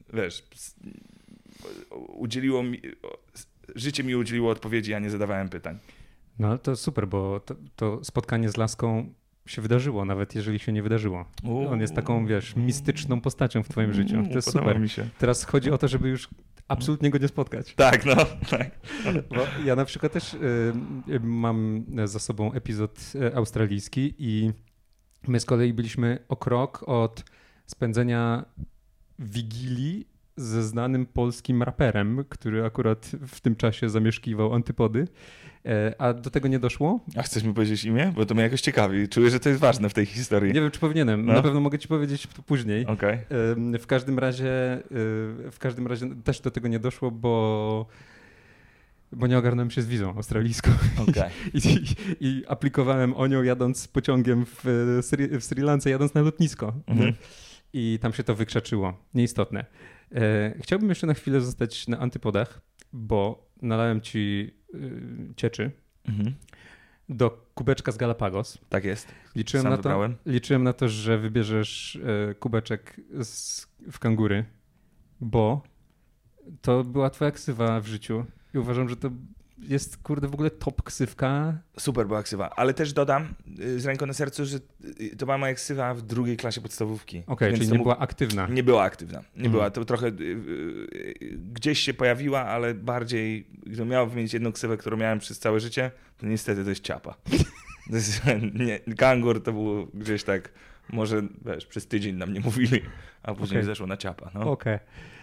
życie mi udzieliło odpowiedzi, a nie zadawałem pytań. No to super, bo to spotkanie z laską się wydarzyło, nawet jeżeli się nie wydarzyło. On jest taką, mistyczną postacią w twoim życiu. To jest super. Mi się. Teraz chodzi o to, żeby już absolutnie go nie spotkać. Tak. Bo ja na przykład też mam za sobą epizod australijski i my z kolei byliśmy o krok od spędzenia Wigilii ze znanym polskim raperem, który akurat w tym czasie zamieszkiwał Antypody, a do tego nie doszło. A chcesz mi powiedzieć imię? Bo to mnie jakoś ciekawi. Czuję, że to jest ważne w tej historii. Nie wiem, czy powinienem. Na pewno mogę ci powiedzieć to później. Okay. W każdym razie też do tego nie doszło, bo nie ogarnąłem się z wizą australijską. Okay. I aplikowałem o nią jadąc pociągiem w Sri Lance, jadąc na lotnisko. I tam się to wykrzaczyło. Nieistotne. Chciałbym jeszcze na chwilę zostać na Antypodach, bo nalałem ci cieczy do kubeczka z Galapagos. Tak jest. Liczyłem na to, że wybierzesz kubeczek w kangury, bo to była twoja ksywa w życiu i uważam, że to jest, kurde, w ogóle top ksywka. Super była ksywa, ale też dodam z ręką na sercu, że to była moja ksywa w 2. klasie podstawówki. Okej, czyli nie była aktywna. Nie była aktywna. Nie była, to trochę gdzieś się pojawiła, ale bardziej, gdybym miał wymienić jedną ksywę, którą miałem przez całe życie, to niestety to jest ciapa. To jest, kangur to było gdzieś tak, może wiesz, przez tydzień nam nie mówili, a później zeszło na ciapa. No. Okej.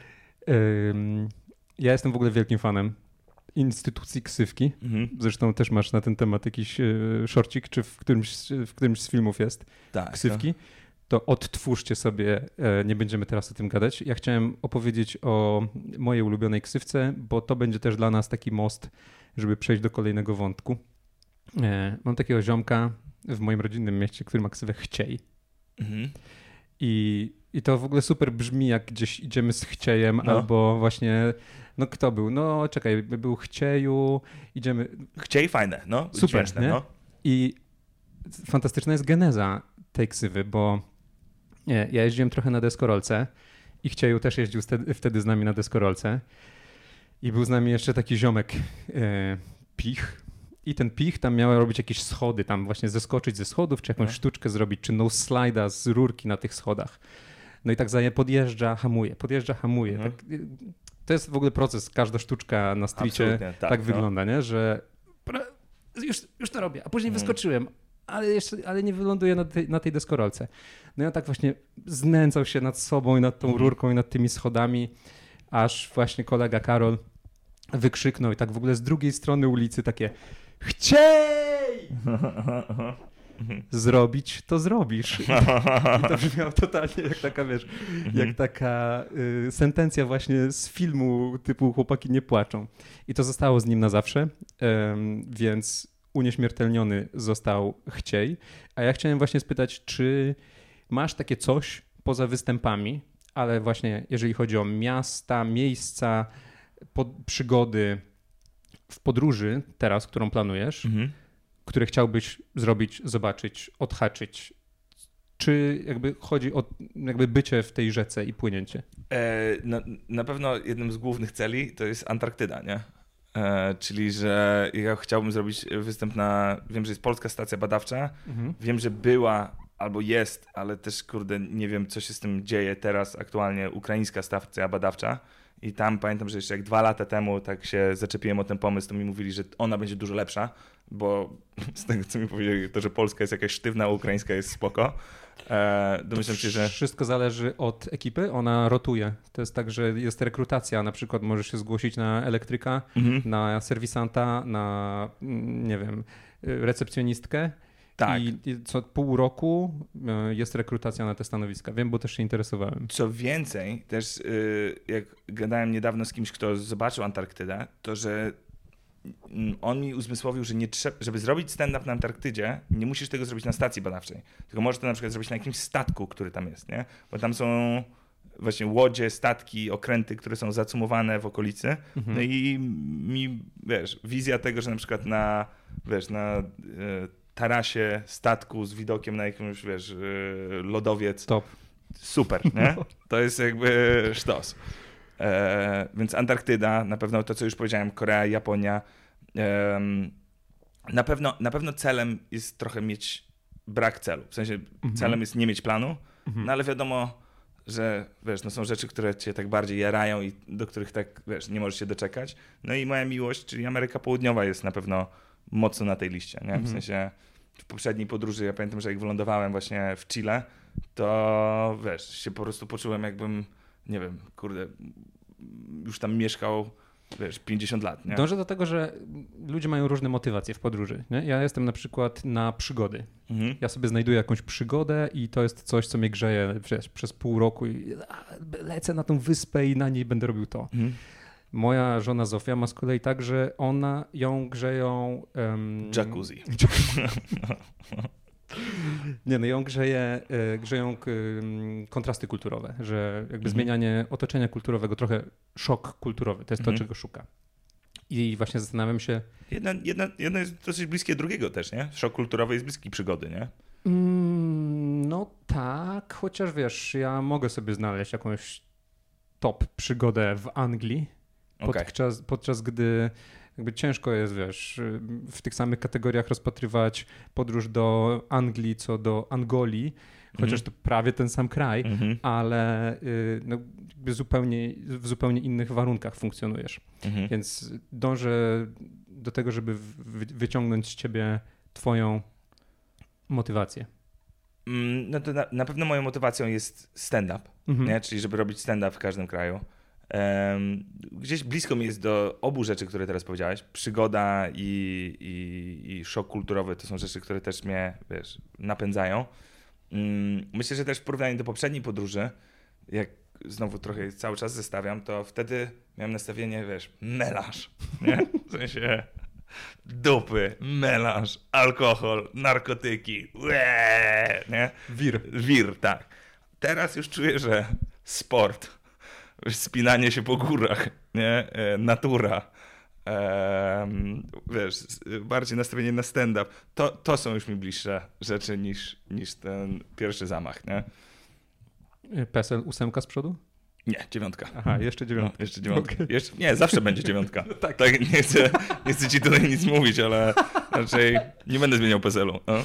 Ja jestem w ogóle wielkim fanem instytucji ksywki. Zresztą też masz na ten temat jakiś szorcik, czy w którymś z filmów jest ksywki. To odtwórzcie sobie, nie będziemy teraz o tym gadać. Ja chciałem opowiedzieć o mojej ulubionej ksywce, bo to będzie też dla nas taki most, żeby przejść do kolejnego wątku. Mam takiego ziomka w moim rodzinnym mieście, który ma ksywę Chciej. I to w ogóle super brzmi, jak gdzieś idziemy z Chciejem, albo właśnie, no kto był? No czekaj, był Chcieju, idziemy... Chciej fajne, no. Super, śmieszne, nie? No. I fantastyczna jest geneza tej ksywy, bo ja jeździłem trochę na deskorolce i Chcieju też jeździł wtedy z nami na deskorolce i był z nami jeszcze taki ziomek Pich. I ten Pich tam miał robić jakieś schody, tam właśnie zeskoczyć ze schodów, czy jakąś sztuczkę zrobić, czy no slide'a z rurki na tych schodach. No i tak podjeżdża, hamuje. Tak, to jest w ogóle proces, każda sztuczka na streetie tak wygląda, nie? Że już to robię, a później wyskoczyłem, ale nie wyląduję na tej deskorolce. No i on tak właśnie znęcał się nad sobą i nad tą rurką i nad tymi schodami, aż właśnie kolega Karol wykrzyknął i tak w ogóle z drugiej strony ulicy takie Chciej! Zrobić, to zrobisz. I to brzmiało totalnie jak taka, wiesz, jak taka sentencja właśnie z filmu typu Chłopaki nie płaczą. I to zostało z nim na zawsze, więc unieśmiertelniony został Chciej. A ja chciałem właśnie spytać, czy masz takie coś poza występami, ale właśnie jeżeli chodzi o miasta, miejsca, przygody w podróży teraz, którą planujesz, które chciałbyś zrobić, zobaczyć, odhaczyć, czy jakby chodzi o jakby bycie w tej rzece i płynięcie? Na pewno jednym z głównych celi to jest Antarktyda, nie? Czyli, że ja chciałbym zrobić występ wiem, że jest polska stacja badawcza, wiem, że była albo jest, ale też kurde nie wiem, co się z tym dzieje teraz aktualnie, ukraińska stacja badawcza. I tam pamiętam, że jeszcze jak 2 lata temu tak się zaczepiłem o ten pomysł, to mi mówili, że ona będzie dużo lepsza, bo z tego, co mi powiedzieli, to, że polska jest jakaś sztywna, a ukraińska jest spoko. Domyślam się, że... Wszystko zależy od ekipy, ona rotuje. To jest tak, że jest rekrutacja, na przykład możesz się zgłosić na elektryka, na serwisanta, na, nie wiem, recepcjonistkę. Tak. I co pół roku jest rekrutacja na te stanowiska. Wiem, bo też się interesowałem. Co więcej, też jak gadałem niedawno z kimś, kto zobaczył Antarktydę, to że on mi uzmysłowił, że nie trzeba, żeby zrobić stand-up na Antarktydzie, nie musisz tego zrobić na stacji badawczej, tylko możesz to na przykład zrobić na jakimś statku, który tam jest, nie? Bo tam są właśnie łodzie, statki, okręty, które są zacumowane w okolicy. No i mi, wiesz, wizja tego, że na przykład na tarasie statku z widokiem na jakąś, wiesz, lodowiec. Top. Super, nie? To jest jakby sztos. Więc Antarktyda, na pewno to, co już powiedziałem, Korea, Japonia. Na pewno celem jest trochę mieć brak celu. W sensie celem jest nie mieć planu, no ale wiadomo, że wiesz, no są rzeczy, które cię tak bardziej jarają i do których tak, wiesz, nie możesz się doczekać. No i moja miłość, czyli Ameryka Południowa jest na pewno mocno na tej liście, nie? W sensie w poprzedniej podróży, ja pamiętam, że jak wylądowałem właśnie w Chile, to wiesz, się po prostu poczułem jakbym, nie wiem, kurde, już tam mieszkał, wiesz, 50 lat, nie? Dążę do tego, że ludzie mają różne motywacje w podróży. Nie? Ja jestem na przykład na przygody. Ja sobie znajduję jakąś przygodę i to jest coś, co mnie grzeje przez pół roku i lecę na tą wyspę i na niej będę robił to. Moja żona Zofia ma z kolei tak, że ją grzeją... Jacuzzi. Nie, no ją grzeją kontrasty kulturowe, że jakby zmienianie otoczenia kulturowego, trochę szok kulturowy, to jest to, czego szuka. I właśnie zastanawiam się... Jedno jest dosyć bliskie drugiego też, nie? Szok kulturowy jest bliski przygody, nie? No tak, chociaż wiesz, ja mogę sobie znaleźć jakąś top przygodę w Anglii, podczas gdy jakby ciężko jest, wiesz, w tych samych kategoriach rozpatrywać podróż do Anglii co do Angolii, chociaż to prawie ten sam kraj, ale no, jakby w zupełnie innych warunkach funkcjonujesz. Więc dążę do tego, żeby wyciągnąć z ciebie twoją motywację. No to na pewno moją motywacją jest stand-up, nie? Czyli żeby robić stand-up w każdym kraju. Gdzieś blisko mi jest do obu rzeczy, które teraz powiedziałeś. Przygoda i szok kulturowy to są rzeczy, które też mnie, wiesz, napędzają. Myślę, że też w porównaniu do poprzedniej podróży, jak znowu trochę cały czas zestawiam, to wtedy miałem nastawienie, wiesz, melanż, nie? W sensie dupy, melanż, alkohol, narkotyki, nie? Wir, tak. Teraz już czuję, że sport, wspinanie się po górach, nie? Natura, wiesz, bardziej nastawienie na stand-up. To są już mi bliższe rzeczy niż ten pierwszy zamach, nie? PESEL 8 z przodu? Nie, 9. Aha, jeszcze 9. No, jeszcze 9. Okay. Nie, zawsze będzie 9. Tak, nie chcę ci tutaj nic mówić, ale raczej nie będę zmieniał PESEL-u. No?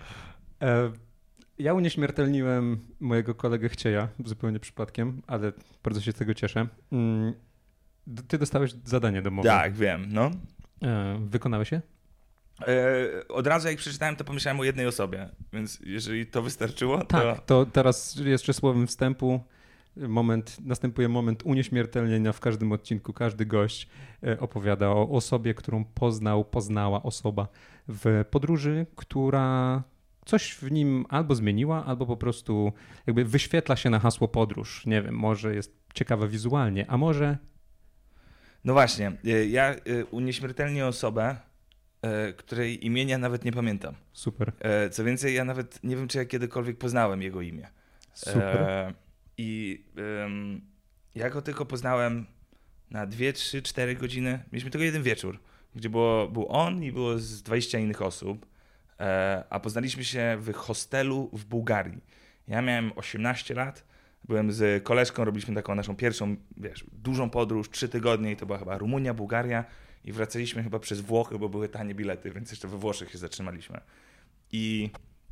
Ja unieśmiertelniłem mojego kolegę Chcieja zupełnie przypadkiem, ale bardzo się z tego cieszę. Ty dostałeś zadanie domowe. Tak, wiem, no. Wykonałeś je? Od razu jak przeczytałem, to pomyślałem o jednej osobie, więc jeżeli to wystarczyło, tak, to teraz jeszcze słowem wstępu następuje moment unieśmiertelnienia w każdym odcinku. Każdy gość opowiada o osobie, którą poznała osoba w podróży, która coś w nim albo zmieniła, albo po prostu jakby wyświetla się na hasło podróż. Nie wiem, może jest ciekawe wizualnie, a może... No właśnie, ja unieśmiertelnię osobę, której imienia nawet nie pamiętam. Super. Co więcej, ja nawet nie wiem, czy ja kiedykolwiek poznałem jego imię. Super. I ja go tylko poznałem na 2, 3, 4 godziny. Mieliśmy tylko jeden wieczór, gdzie był on i było z 20 innych osób, a poznaliśmy się w hostelu w Bułgarii. Ja miałem 18 lat, byłem z koleżką, robiliśmy taką naszą pierwszą, wiesz, dużą podróż, 3 tygodnie i to była chyba Rumunia, Bułgaria i wracaliśmy chyba przez Włochy, bo były tanie bilety, więc jeszcze we Włoszech się zatrzymaliśmy. I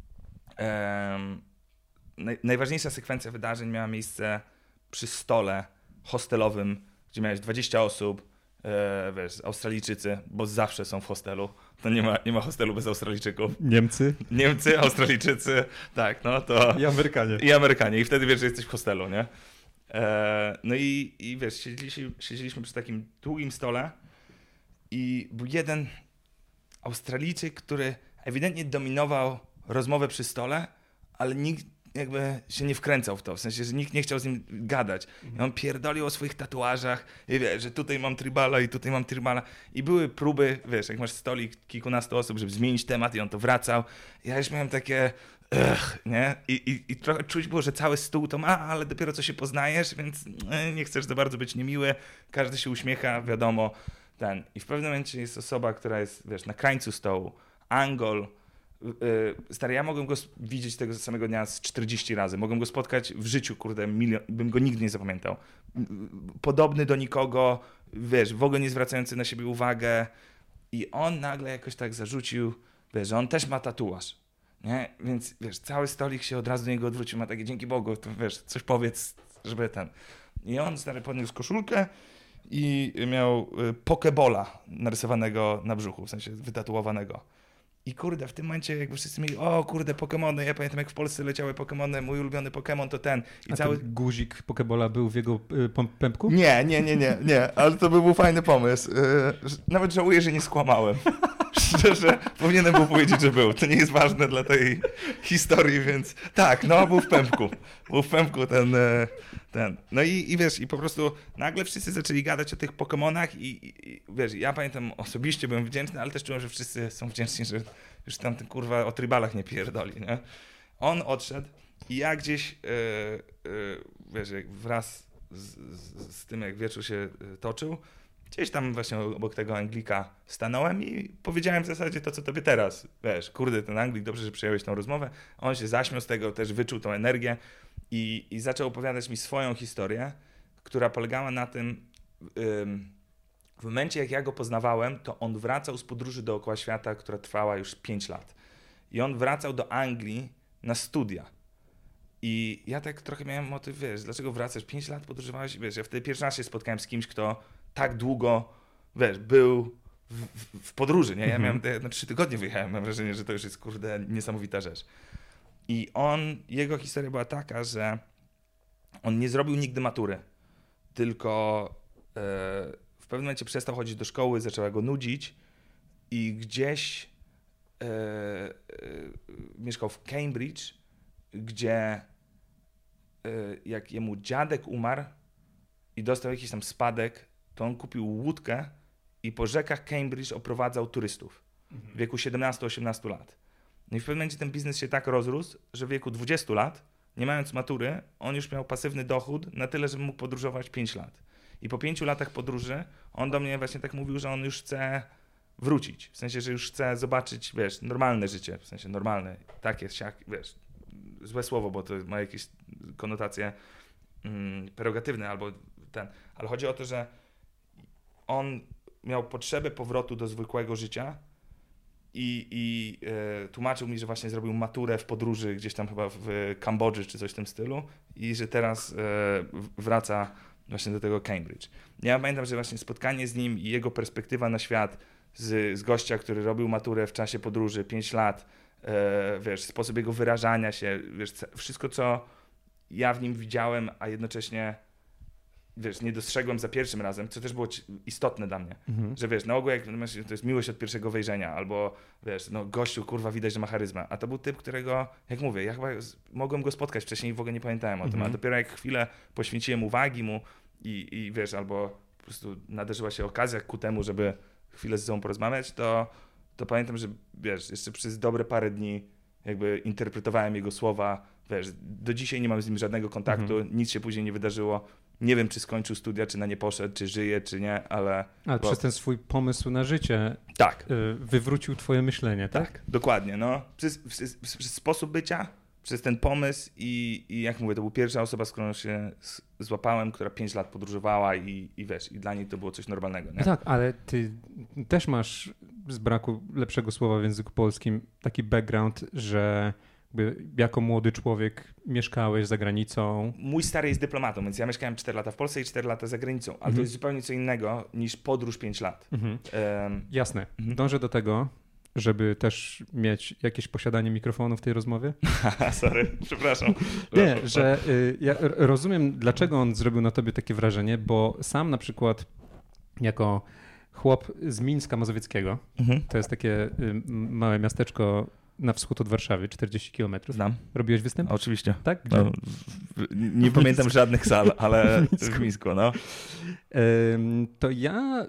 najważniejsza sekwencja wydarzeń miała miejsce przy stole hostelowym, gdzie miałeś 20 osób, wiesz, Australijczycy, bo zawsze są w hostelu. To nie ma hostelu bez Australijczyków. Niemcy, Australijczycy, tak, no to... I Amerykanie. I wtedy wiesz, że jesteś w hostelu, nie? No i wiesz, siedzieliśmy przy takim długim stole i był jeden Australijczyk, który ewidentnie dominował rozmowę przy stole, ale nikt jakby się nie wkręcał w to, w sensie, że nikt nie chciał z nim gadać. I on pierdolił o swoich tatuażach i wiesz, że tutaj mam tribala i tutaj mam tribala. I były próby, wiesz, jak masz stolik kilkunastu osób, żeby zmienić temat i on to wracał. Ja już miałem takie nie? I trochę czuć było, że cały stół to ma, ale dopiero co się poznajesz, więc nie chcesz za bardzo być niemiły. Każdy się uśmiecha, wiadomo. I w pewnym momencie jest osoba, która jest, wiesz, na krańcu stołu. Angol. Stary, ja mogłem go widzieć tego samego dnia z 40 razy. Mogłem go spotkać w życiu, kurde, milion, bym go nigdy nie zapamiętał. Podobny do nikogo, wiesz, w ogóle nie zwracający na siebie uwagę. I on nagle jakoś tak zarzucił, wiesz, że on też ma tatuaż, nie? Więc, wiesz, cały stolik się od razu do niego odwrócił, ma takie, dzięki Bogu, to wiesz, coś powiedz, żeby ten... I on, stary, podniósł koszulkę i miał pokebola narysowanego na brzuchu, w sensie wytatuowanego. I kurde, w tym momencie jakby wszyscy mieli, o kurde, Pokemony, ja pamiętam jak w Polsce leciały Pokemony, mój ulubiony Pokemon to ten. I cały guzik Pokebola był w jego pępku? Nie, ale to był fajny pomysł. Nawet żałuję, że nie skłamałem. Szczerze, powinienem był powiedzieć, że był. To nie jest ważne dla tej historii, więc tak, no był w pępku. Był w pępku ten. No i wiesz, i po prostu nagle wszyscy zaczęli gadać o tych Pokemonach i wiesz, ja pamiętam osobiście byłem wdzięczny, ale też czułem, że wszyscy są wdzięczni, że już tam ten kurwa o tribalach nie pierdoli, nie? On odszedł i ja gdzieś, wiesz, jak wraz z tym, jak wieczór się toczył, gdzieś tam właśnie obok tego Anglika stanąłem i powiedziałem w zasadzie to, co tobie teraz. Wiesz, kurde, ten Anglik, dobrze, że przyjąłeś tą rozmowę. On się zaśmiał z tego, też wyczuł tą energię i zaczął opowiadać mi swoją historię, która polegała na tym, w momencie jak ja go poznawałem, to on wracał z podróży dookoła świata, która trwała już 5 lat. I on wracał do Anglii na studia. I ja tak trochę miałem motyw, wiesz, dlaczego wracasz? 5 lat podróżowałeś? Wiesz, ja wtedy pierwszy raz się spotkałem z kimś, kto tak długo, wiesz, był w podróży, nie? Ja miałem na 3 tygodnie wyjechałem, mam wrażenie, że to już jest, kurde, niesamowita rzecz. I jego historia była taka, że on nie zrobił nigdy matury, tylko w pewnym momencie przestał chodzić do szkoły, zaczęła go nudzić i gdzieś mieszkał w Cambridge, gdzie jak jemu dziadek umarł i dostał jakiś tam spadek, to on kupił łódkę i po rzekach Cambridge oprowadzał turystów w wieku 17-18 lat. No i w pewnym momencie ten biznes się tak rozrósł, że w wieku 20 lat, nie mając matury, on już miał pasywny dochód na tyle, żeby mógł podróżować 5 lat. I po 5 latach podróży on do mnie właśnie tak mówił, że on już chce wrócić. W sensie, że już chce zobaczyć, wiesz, normalne życie, w sensie normalne, takie, siak, wiesz, złe słowo, bo to ma jakieś konotacje prerogatywne albo ale chodzi o to, że on miał potrzebę powrotu do zwykłego życia i tłumaczył mi, że właśnie zrobił maturę w podróży gdzieś tam chyba w Kambodży czy coś w tym stylu i że teraz wraca właśnie do tego Cambridge. Ja pamiętam, że właśnie spotkanie z nim i jego perspektywa na świat z gościa, który robił maturę w czasie podróży 5 lat, wiesz, sposób jego wyrażania się, wiesz, wszystko, co ja w nim widziałem, a jednocześnie, wiesz, nie dostrzegłem za pierwszym razem, co też było istotne dla mnie, że wiesz, na ogół jak to jest miłość od pierwszego wejrzenia, albo wiesz, no gościu, kurwa, widać, że ma charyzmę, a to był typ, którego, jak mówię, ja chyba mogłem go spotkać wcześniej i w ogóle nie pamiętałem o tym, a dopiero jak chwilę poświęciłem uwagi mu i wiesz, albo po prostu nadarzyła się okazja ku temu, żeby chwilę z sobą porozmawiać, to pamiętam, że wiesz, jeszcze przez dobre parę dni jakby interpretowałem jego słowa, wiesz, do dzisiaj nie mam z nim żadnego kontaktu, nic się później nie wydarzyło. Nie wiem, czy skończył studia, czy na nie poszedd, czy żyje, czy nie, ale przez ten swój pomysł na życie tak. Wywrócił twoje myślenie, tak? Tak, dokładnie. No. Przez sposób bycia, przez ten pomysł i jak mówię, to był pierwsza osoba, z którą się złapałem, która 5 lat podróżowała i wiesz, i dla niej to było coś normalnego. Nie? No tak, ale ty też masz, z braku lepszego słowa w języku polskim, taki background, że jako młody człowiek mieszkałeś za granicą. Mój stary jest dyplomatą, więc ja mieszkałem 4 lata w Polsce i 4 lata za granicą, ale to jest zupełnie co innego niż podróż 5 lat. Jasne. Dążę do tego, żeby też mieć jakieś posiadanie mikrofonu w tej rozmowie. Sorry, przepraszam. Nie, że ja rozumiem, dlaczego on zrobił na tobie takie wrażenie, bo sam na przykład jako chłop z Mińska Mazowieckiego, to jest takie małe miasteczko na wschód od Warszawy, 40 km. Znam. Robiłeś występ? Oczywiście. Tak? No, nie pamiętam żadnych sal, ale w Mińsku, no. To ja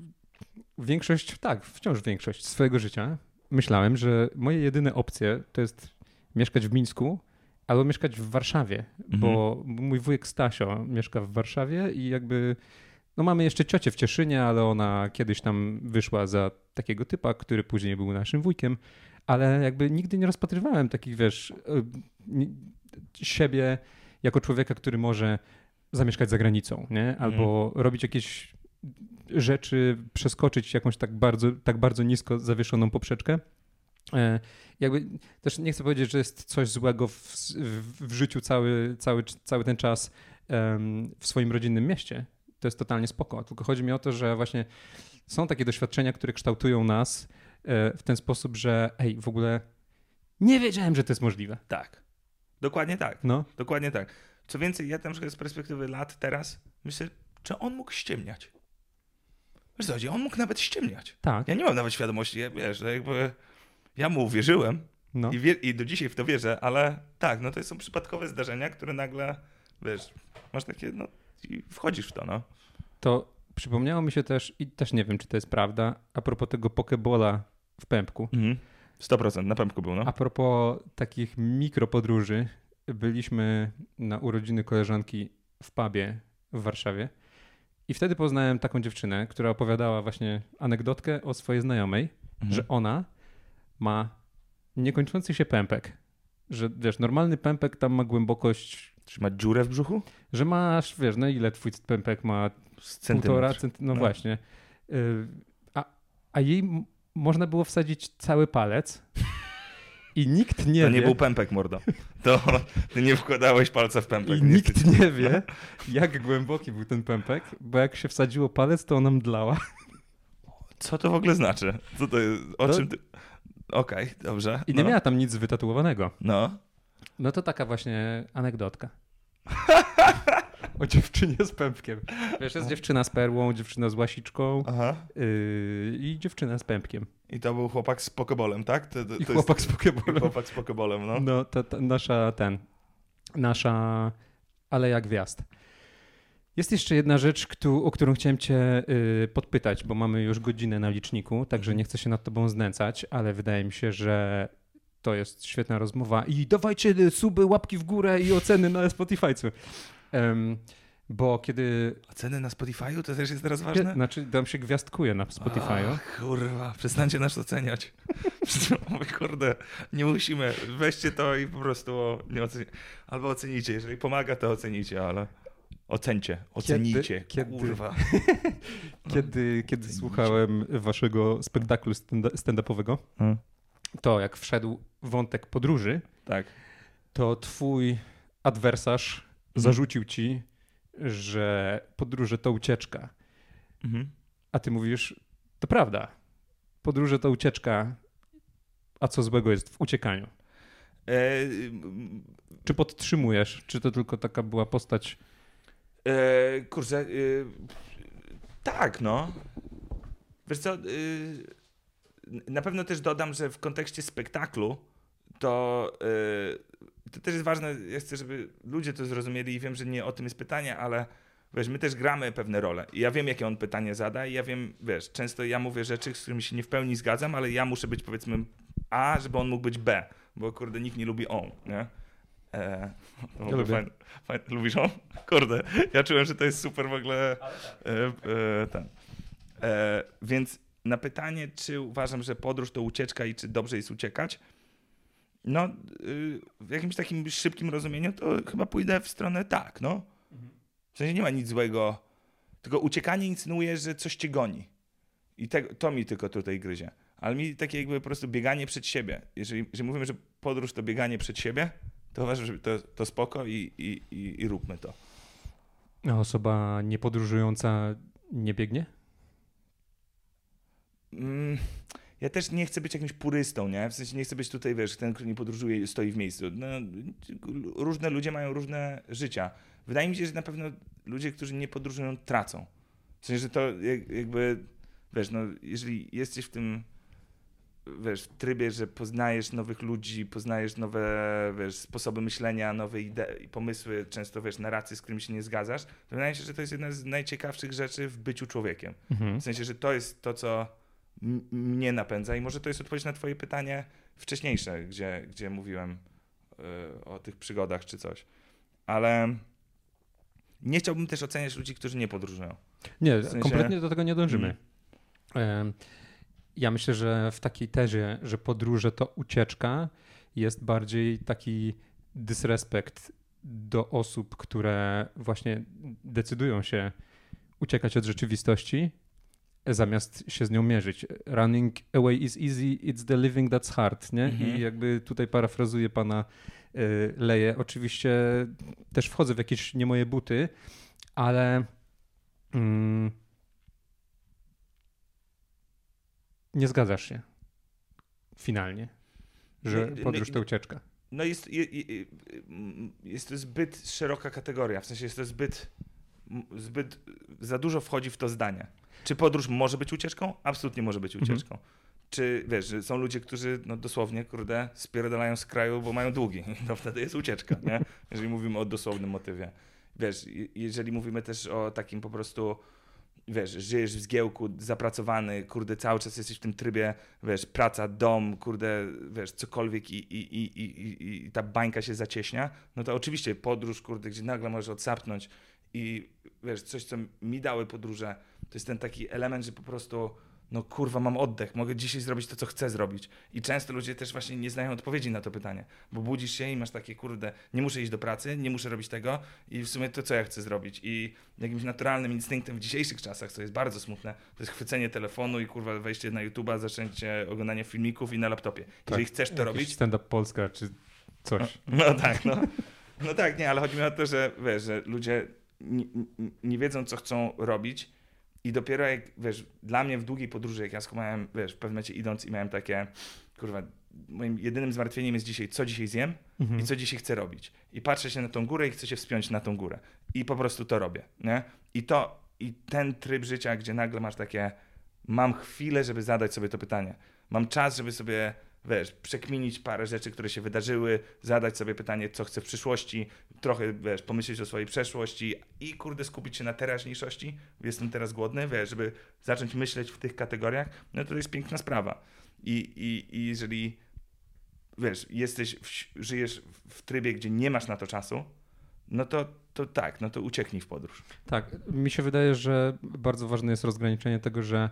wciąż większość swojego życia myślałem, że moje jedyne opcje to jest mieszkać w Mińsku albo mieszkać w Warszawie, bo mój wujek Stasio mieszka w Warszawie i jakby no mamy jeszcze ciocię w Cieszynie, ale ona kiedyś tam wyszła za takiego typa, który później był naszym wujkiem, ale jakby nigdy nie rozpatrywałem takich, wiesz, siebie jako człowieka, który może zamieszkać za granicą, nie? Albo robić jakieś rzeczy, przeskoczyć jakąś tak bardzo nisko zawieszoną poprzeczkę. Jakby też nie chcę powiedzieć, że jest coś złego w życiu cały ten czas w swoim rodzinnym mieście. To jest totalnie spoko. Tylko chodzi mi o to, że właśnie są takie doświadczenia, które kształtują nas w ten sposób, że w ogóle nie wiedziałem, że to jest możliwe. Tak. Dokładnie tak. No. Dokładnie tak. Co więcej, ja tam z perspektywy lat teraz myślę, czy on mógł ściemniać. Wiesz co chodzi? On mógł nawet ściemniać. Tak. Ja nie mam nawet świadomości, wiesz, że jakby ja mu uwierzyłem i do dzisiaj w to wierzę, ale tak, no to są przypadkowe zdarzenia, które nagle, wiesz, masz takie, no i wchodzisz w to, no. To przypomniało mi się też, i też nie wiem, czy to jest prawda, a propos tego pokebola w pępku. 100% na pępku był, no. A propos takich mikropodróży, byliśmy na urodziny koleżanki w pubie w Warszawie i wtedy poznałem taką dziewczynę, która opowiadała właśnie anegdotkę o swojej znajomej, że ona ma niekończący się pępek. Że wiesz, normalny pępek tam ma głębokość... Czy ma dziurę w brzuchu? Że masz, wiesz, no ile twój pępek ma? Półtora centymetra. No właśnie. A jej można było wsadzić cały palec i nikt nie wie... To nie był pępek, mordo. To ty nie wkładałeś palca w pępek. I nikt nie wie, jak głęboki był ten pępek, bo jak się wsadziło palec, to ona mdlała. Co to w ogóle znaczy? Co to jest? O czym ty... Okej, dobrze. I nie miała tam nic wytatuowanego. No. No to taka właśnie anegdotka. O dziewczynie z pępkiem. Wiesz, jest dziewczyna z perłą, dziewczyna z łasiczką i dziewczyna z pępkiem. I to był chłopak z pokebolem, tak? Chłopak z pokebolem. Chłopak z pokebolem, no. No, to nasza Aleja Gwiazd. Jest jeszcze jedna rzecz, o którą chciałem cię podpytać, bo mamy już godzinę na liczniku, także nie chcę się nad tobą znęcać, ale wydaje mi się, że to jest świetna rozmowa i dawajcie suby, łapki w górę i oceny na Spotify'cu. Bo kiedy... Oceny na Spotify'u to też jest teraz ważne? Znaczy, tam się gwiazdkuje na Spotify'u. Kurwa, przestańcie nas oceniać. Kurde, nie musimy. Weźcie to i po prostu nie ocenicie. Albo ocenijcie, jeżeli pomaga, to ocenijcie, ale ocenijcie, kurwa. Kiedy słuchałem waszego spektaklu stand-upowego, to jak wszedł wątek podróży, tak, to twój adwersarz zarzucił ci, że podróże to ucieczka. A ty mówisz, to prawda, podróże to ucieczka, a co złego jest w uciekaniu? Czy podtrzymujesz? Czy to tylko taka była postać? Kurczę, tak, no. Wiesz co, na pewno też dodam, że w kontekście spektaklu to też jest ważne, ja chcę, żeby ludzie to zrozumieli i wiem, że nie o tym jest pytanie, ale wiesz, my też gramy pewne role i ja wiem, jakie on pytanie zada i ja wiem, wiesz, często ja mówię rzeczy, z którymi się nie w pełni zgadzam, ale ja muszę być, powiedzmy, A, żeby on mógł być B, bo kurde, nikt nie lubi on, nie? Ja lubię. Lubisz on? Kurde, ja czułem, że to jest super w ogóle więc na pytanie, czy uważam, że podróż to ucieczka i czy dobrze jest uciekać, no w jakimś takim szybkim rozumieniu to chyba pójdę w stronę tak, no. W sensie nie ma nic złego, tylko uciekanie insynuuje, że coś cię goni i to mi tylko tutaj gryzie. Ale mi takie jakby po prostu bieganie przed siebie. Jeżeli mówimy, że podróż to bieganie przed siebie, to uważam, że to spoko i róbmy to. A osoba niepodróżująca nie biegnie? Ja też nie chcę być jakimś purystą, nie? W sensie nie chcę być tutaj, wiesz, ten, który nie podróżuje i stoi w miejscu. No, różne ludzie mają różne życia. Wydaje mi się, że na pewno ludzie, którzy nie podróżują, tracą. W sensie, że to jakby, wiesz, no, jeżeli jesteś w tym, wiesz, w trybie, że poznajesz nowych ludzi, poznajesz nowe, wiesz, sposoby myślenia, nowe idee i pomysły, często, wiesz, narracje, z którymi się nie zgadzasz, to wydaje mi się, że to jest jedna z najciekawszych rzeczy w byciu człowiekiem. W sensie, że to jest to, co mnie napędza i może to jest odpowiedź na twoje pytanie wcześniejsze, gdzie mówiłem o tych przygodach czy coś. Ale nie chciałbym też oceniać ludzi, którzy nie podróżują. Nie, w sensie... kompletnie do tego nie dążymy. Ja myślę, że w takiej tezie, że podróże to ucieczka, jest bardziej taki dysrespekt do osób, które właśnie decydują się uciekać od rzeczywistości, zamiast się z nią mierzyć. Running away is easy, it's the living that's hard, nie? I jakby tutaj parafrazuję pana Leję. Oczywiście też wchodzę w jakieś nie moje buty, ale nie zgadzasz się. finalnie, że podróż to ucieczka? No jest to zbyt szeroka kategoria, w sensie jest to zbyt za dużo wchodzi w to zdanie. Czy podróż może być ucieczką? Absolutnie może być ucieczką. Czy wiesz, że są ludzie, którzy dosłownie, spierdalają z kraju, bo mają długi. To wtedy jest ucieczka, nie? Jeżeli mówimy o dosłownym motywie. Wiesz, jeżeli mówimy też o takim po prostu, wiesz, żyjesz w zgiełku, zapracowany, cały czas jesteś w tym trybie, wiesz, praca, dom, wiesz, cokolwiek i ta bańka się zacieśnia, no to oczywiście podróż, gdzie nagle możesz odsapnąć i wiesz, coś, co mi dały podróże, to jest ten taki element, że po prostu mam oddech, mogę dzisiaj zrobić to, co chcę zrobić. I często ludzie też właśnie nie znają odpowiedzi na to pytanie, bo budzisz się i masz takie, nie muszę iść do pracy, nie muszę robić tego i w sumie to, co ja chcę zrobić. I jakimś naturalnym instynktem w dzisiejszych czasach, co jest bardzo smutne, to jest chwycenie telefonu i wejście na YouTube'a, zaczęcie oglądania filmików i na laptopie. Jeżeli chcesz to robić... Stand-up Polska czy coś. No tak, no tak, nie, ale chodzi mi o to, że wiesz, że ludzie nie wiedzą, co chcą robić. I dopiero jak, wiesz, dla mnie w długiej podróży, jak ja skumałem, wiesz, w pewnym momencie idąc i miałem takie, moim jedynym zmartwieniem jest dzisiaj, co dzisiaj zjem i co dzisiaj chcę robić. I patrzę się na tą górę i chcę się wspiąć na tą górę. I po prostu to robię, nie? I ten tryb życia, gdzie nagle masz takie, mam chwilę, żeby zadać sobie to pytanie. Mam czas, żeby sobie, wiesz, przekminić parę rzeczy, które się wydarzyły, zadać sobie pytanie, co chcę w przyszłości, trochę, wiesz, pomyśleć o swojej przeszłości i, skupić się na teraźniejszości. Jestem teraz głodny, wiesz, żeby zacząć myśleć w tych kategoriach, no to jest piękna sprawa. I jeżeli, wiesz, żyjesz w trybie, gdzie nie masz na to czasu, no to tak, no to ucieknij w podróż. Tak, mi się wydaje, że bardzo ważne jest rozgraniczenie tego, że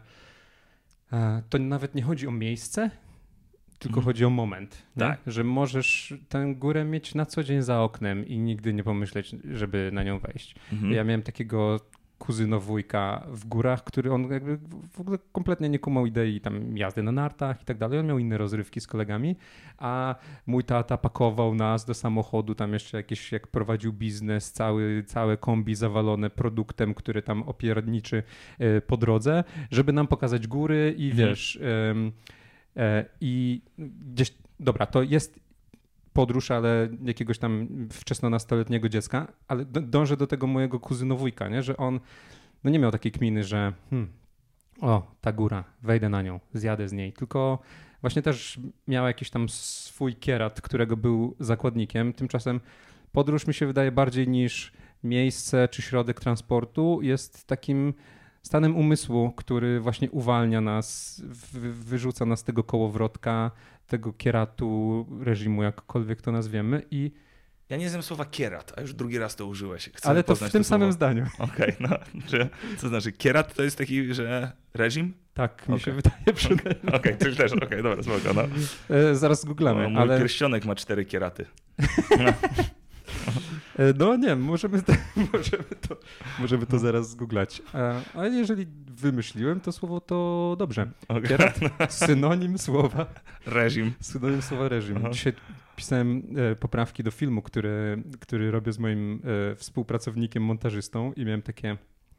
to nawet nie chodzi o miejsce, tylko chodzi o moment, tak? Że możesz tę górę mieć na co dzień za oknem i nigdy nie pomyśleć, żeby na nią wejść. Ja miałem takiego kuzynowujka w górach, który on jakby w ogóle kompletnie nie kumał idei tam jazdy na nartach i tak dalej. On miał inne rozrywki z kolegami, a mój tata pakował nas do samochodu, tam jeszcze jakieś, jak prowadził biznes, całe kombi zawalone produktem, który tam opierniczy po drodze, żeby nam pokazać góry i wiesz... I gdzieś, dobra, to jest podróż, ale jakiegoś tam wczesnonastoletniego dziecka, ale dążę do tego mojego kuzynowujka, nie? Że on nie miał takiej kminy, że ta góra, wejdę na nią, zjadę z niej, tylko właśnie też miał jakiś tam swój kierat, którego był zakładnikiem. Tymczasem podróż mi się wydaje bardziej niż miejsce czy środek transportu jest takim stanem umysłu, który właśnie uwalnia nas, wyrzuca nas z tego kołowrotka, tego kieratu reżimu, jakkolwiek to nazwiemy. I ja nie znam słowa kierat, a już drugi raz to użyłeś. Ale to w tym samym zdaniu. Okej, co znaczy kierat to jest taki, że reżim? Tak, mi się wydaje przynajmniej. Okej, ty też, dobra, spoko. No. Zaraz googlamy. Mój pierścionek ma 4 kieraty. No nie, możemy to zaraz zgooglać. A jeżeli wymyśliłem to słowo, to dobrze. Kierat, synonim słowa reżim. Synonim słowa reżim. Dzisiaj pisałem poprawki do filmu, który robię z moim współpracownikiem, montażystą i miałem takie...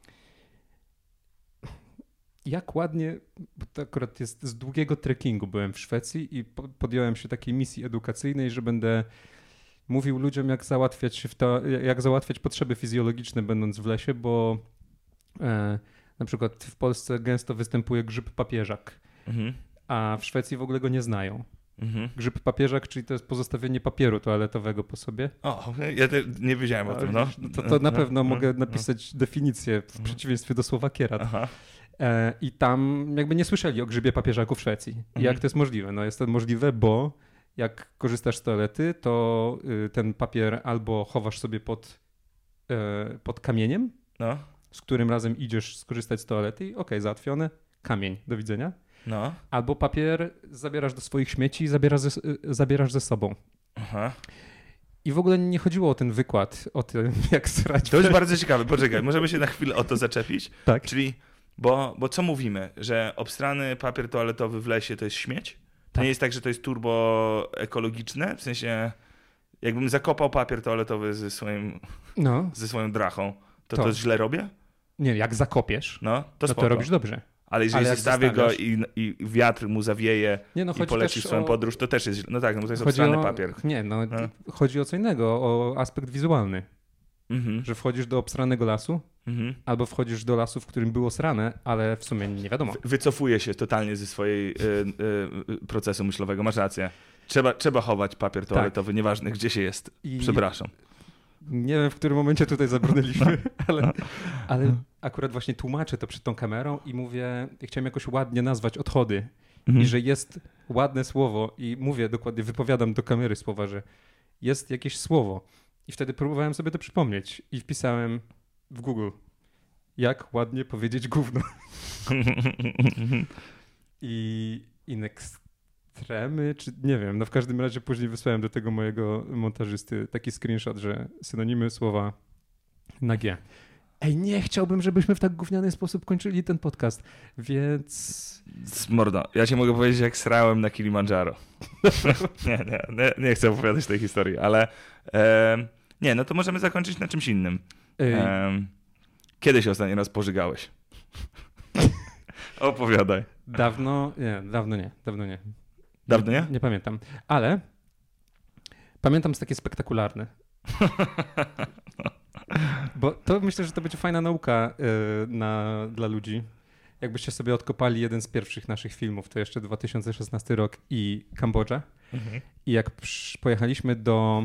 Jak ładnie, bo to akurat jest z długiego trekkingu, byłem w Szwecji i podjąłem się takiej misji edukacyjnej, że będę mówił ludziom, jak załatwiać potrzeby fizjologiczne, będąc w lesie, bo na przykład w Polsce gęsto występuje grzyb papieżak, a w Szwecji w ogóle go nie znają. Grzyb papieżak, czyli to jest pozostawienie papieru toaletowego po sobie. O, ja nie wiedziałem o tym. No. To na pewno mogę napisać definicję w przeciwieństwie do słowa kierat. I tam jakby nie słyszeli o grzybie papieżaku w Szwecji. I jak to jest możliwe? No jest to możliwe, bo jak korzystasz z toalety, to ten papier albo chowasz sobie pod kamieniem, z którym razem idziesz skorzystać z toalety i okej, załatwione, kamień, do widzenia. No. Albo papier zabierasz do swoich śmieci i zabierasz ze sobą. Aha. I w ogóle nie chodziło o ten wykład, o tym, jak srać. To jest bardzo ciekawe, poczekaj, możemy się na chwilę o to zaczepić? Tak. Czyli, bo co mówimy, że obstrany papier toaletowy w lesie to jest śmieć? To nie jest tak, że to jest turbo ekologiczne? W sensie, jakbym zakopał papier toaletowy ze swoją drachą, to źle robię? Nie, jak zakopiesz, to robisz dobrze. Ale jeżeli zostawię go i wiatr mu zawieje i poleci w swoją podróż, to też jest źle. No tak, no bo to jest obstrany papier. Nie, chodzi o co innego, o aspekt wizualny. Że wchodzisz do obsranego lasu, albo wchodzisz do lasu, w którym było srane, ale w sumie nie wiadomo. Wycofuję się totalnie ze swojej procesu myślowego, masz rację. Trzeba chować papier toaletowy, nieważne gdzie się jest. Przepraszam. Nie wiem, w którym momencie tutaj zabrnęliśmy, ale akurat właśnie tłumaczę to przed tą kamerą i mówię, chciałem jakoś ładnie nazwać odchody i że jest ładne słowo i mówię dokładnie, wypowiadam do kamery słowa, że jest jakieś słowo i wtedy próbowałem sobie to przypomnieć i wpisałem w Google, jak ładnie powiedzieć gówno. I extremy, czy nie wiem, no w każdym razie później wysłałem do tego mojego montażysty taki screenshot, że synonimy słowa na G. Ej, nie chciałbym, żebyśmy w tak gówniany sposób kończyli ten podcast, więc... Mordo, ja ci mogę powiedzieć, jak srałem na Kilimandżaro. nie chcę opowiadać tej historii, ale nie, no to możemy zakończyć na czymś innym. Kiedy się ostatni raz pożygałeś? Opowiadaj. Dawno nie. Dawno nie? Nie pamiętam, ale pamiętam z takie spektakularne. Bo to myślę, że to będzie fajna nauka dla ludzi. Jakbyście sobie odkopali jeden z pierwszych naszych filmów, to jeszcze 2016 rok i Kambodża. I jak pojechaliśmy do...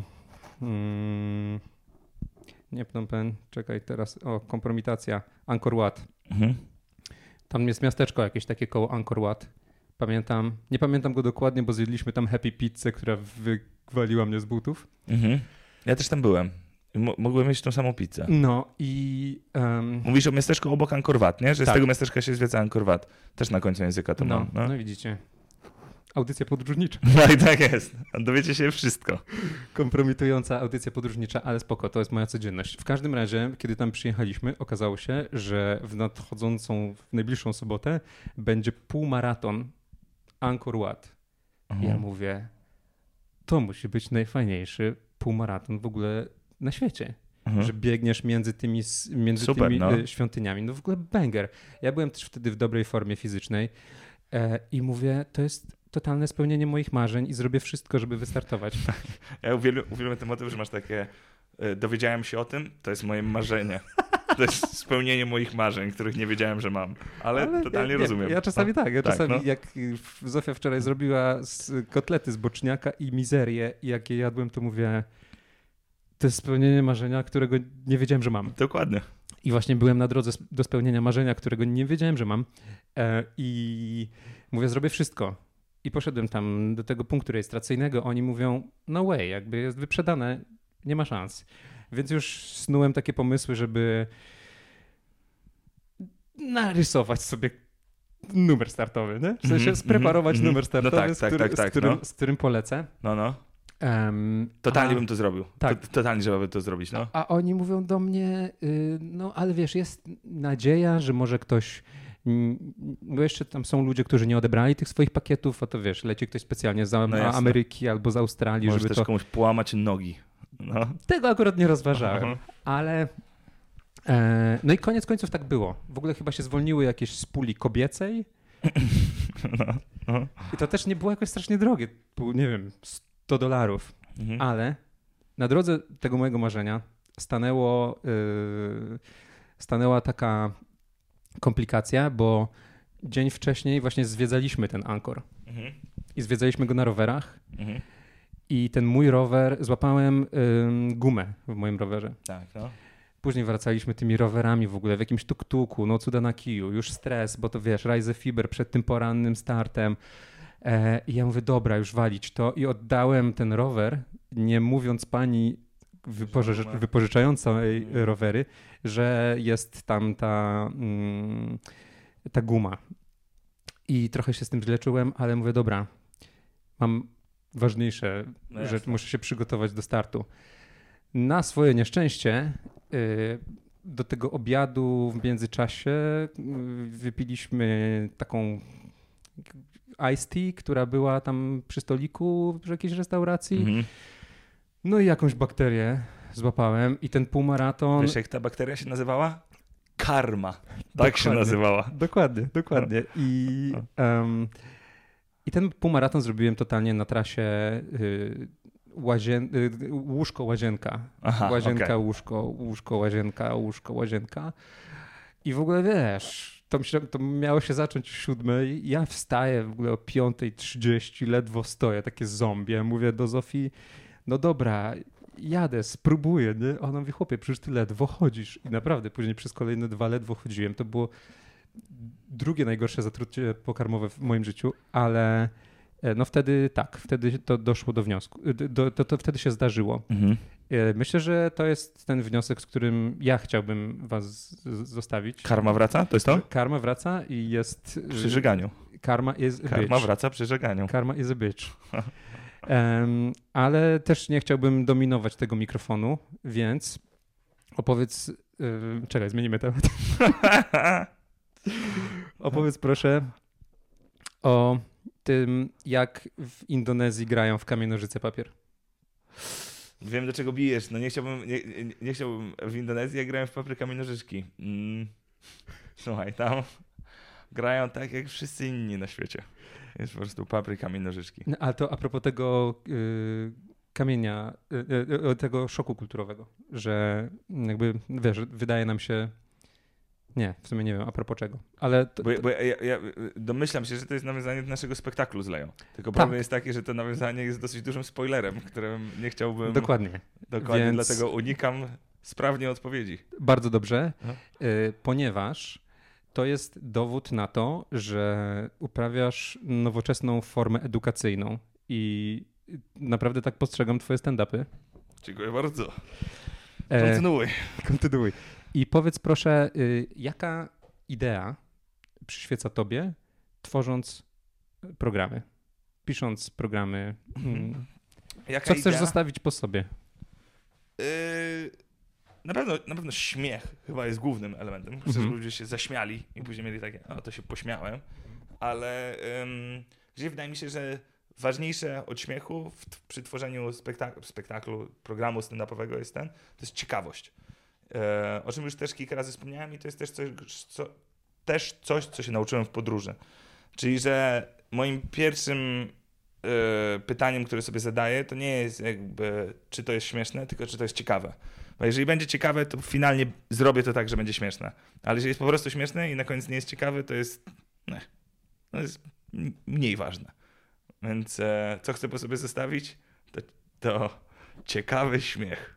nie Phnom Penh, czekaj teraz, kompromitacja, Angkor Wat. Tam jest miasteczko jakieś takie koło Angkor Wat. Nie pamiętam go dokładnie, bo zjedliśmy tam Happy Pizzę, która wywaliła mnie z butów. Ja też tam byłem. Mogłem mieć tą samą pizzę. No i... Mówisz o miasteczku obok Angkor Wat, nie? Że tak. Z tego miasteczka się zwiedza Angkor Wat. Też na końcu języka to mam. No widzicie. Audycja podróżnicza. No i tak jest. Dowiecie się wszystko. Kompromitująca audycja podróżnicza, ale spoko, to jest moja codzienność. W każdym razie, kiedy tam przyjechaliśmy, okazało się, że w najbliższą sobotę będzie półmaraton Angkor Wat. Ja mówię, to musi być najfajniejszy półmaraton w ogóle na świecie. Że biegniesz między tymi świątyniami. No w ogóle banger. Ja byłem też wtedy w dobrej formie fizycznej i mówię, to jest totalne spełnienie moich marzeń i zrobię wszystko, żeby wystartować. Ja uwielbiam ten motyw, że masz takie dowiedziałem się o tym, to jest moje marzenie. To jest spełnienie moich marzeń, których nie wiedziałem, że mam. Ale totalnie rozumiem. Ja czasami jak Zofia wczoraj zrobiła kotlety z boczniaka i mizerię i jak je jadłem, to mówię, to jest spełnienie marzenia, którego nie wiedziałem, że mam. Dokładnie. I właśnie byłem na drodze do spełnienia marzenia, którego nie wiedziałem, że mam. I mówię, zrobię wszystko. I poszedłem tam do tego punktu rejestracyjnego. Oni mówią, no way, jakby jest wyprzedane, nie ma szans. Więc już snułem takie pomysły, żeby narysować sobie numer startowy, nie? W sensie spreparować numer startowy, z którym polecę. Totalnie bym to zrobił. Tak. Totalnie trzeba by to zrobić. No. A oni mówią do mnie, no ale wiesz, jest nadzieja, że może ktoś... Bo jeszcze tam są ludzie, którzy nie odebrali tych swoich pakietów, a to wiesz, leci ktoś specjalnie z Ameryki albo z Australii, może żeby też komuś połamać nogi. No. Tego akurat nie rozważałem, ale no i koniec końców tak było. W ogóle chyba się zwolniły jakieś z puli kobiecej i to też nie było jakoś strasznie drogie, nie wiem, $100, ale na drodze tego mojego marzenia stanęła taka komplikacja, bo dzień wcześniej właśnie zwiedzaliśmy ten Angkor i zwiedzaliśmy go na rowerach i ten mój rower, złapałem gumę w moim rowerze. Tak, no. Później wracaliśmy tymi rowerami w ogóle w jakimś tuk-tuku, no cuda na kiju, już stres, bo to wiesz, Rise Fiber przed tym porannym startem. I ja mówię, dobra, już walić to i oddałem ten rower, nie mówiąc pani wypożyczającej rowery, że jest tam ta guma. I trochę się z tym źle czułem, ale mówię, dobra, mam ważniejsze rzeczy, muszę się przygotować do startu. Na swoje nieszczęście do tego obiadu w międzyczasie wypiliśmy taką iced tea, która była tam przy stoliku w jakiejś restauracji. No i jakąś bakterię złapałem i ten półmaraton... Wiesz, jak ta bakteria się nazywała? Karma. Tak się nazywała. Dokładnie. I ten półmaraton zrobiłem totalnie na trasie łóżko-łazienka. Łazienka, łóżko-łazienka. I w ogóle wiesz, to miało się zacząć o 7:00. Ja wstaję w ogóle o 5:30, ledwo stoję, takie zombie. Ja mówię do Zofii, no dobra, jadę, spróbuję, nie? Ona mówi, chłopie, przecież ty ledwo chodzisz. I naprawdę później przez kolejne 2 ledwo chodziłem. To było drugie najgorsze zatrucie pokarmowe w moim życiu, ale no wtedy to doszło do wniosku. To wtedy się zdarzyło. Mhm. Myślę, że to jest ten wniosek, z którym ja chciałbym was zostawić. Karma wraca? To jest to? Karma wraca i jest... Przy żeganiu. Karma wraca przy żeganiu. Karma is a bitch. Ale też nie chciałbym dominować tego mikrofonu, więc opowiedz... Czekaj, zmienimy temat. Opowiedz proszę o tym, jak w Indonezji grają w kamień, nożyce, papier. Wiem, do czego bijesz. No nie chciałbym w Indonezji, jak grałem w papier, kamień, nożyczki. Słuchaj, tam grają tak, jak wszyscy inni na świecie. Jest po prostu papier, kamień, nożyczki. No, ale to a propos tego kamienia, tego szoku kulturowego, że jakby, wiesz, wydaje nam się... Nie, w sumie nie wiem, a propos czego. Ale bo ja domyślam się, że to jest nawiązanie do naszego spektaklu z Leją. Tylko problem jest taki, że to nawiązanie jest dosyć dużym spoilerem, którym nie chciałbym... Dokładnie, więc... dlatego unikam sprawnie odpowiedzi. Bardzo dobrze, ponieważ to jest dowód na to, że uprawiasz nowoczesną formę edukacyjną i naprawdę tak postrzegam twoje stand-upy. Dziękuję bardzo. Kontynuuj. I powiedz proszę, jaka idea przyświeca tobie, tworząc programy, pisząc programy? Co chcesz zostawić po sobie? Na pewno śmiech chyba jest głównym elementem. Chcę, żeby ludzie się zaśmiali i później mieli takie, to się pośmiałem. Ale gdzieś wydaje mi się, że ważniejsze od śmiechu przy tworzeniu spektaklu, programu stand-upowego jest to jest ciekawość. O czym już też kilka razy wspomniałem i to jest też coś, co się nauczyłem w podróży. Czyli, że moim pierwszym pytaniem, które sobie zadaję, to nie jest jakby, czy to jest śmieszne, tylko czy to jest ciekawe. Bo jeżeli będzie ciekawe, to finalnie zrobię to tak, że będzie śmieszne. Ale jeżeli jest po prostu śmieszne i na koniec nie jest ciekawe, to jest mniej ważne. Więc co chcę po sobie zostawić? To ciekawy śmiech.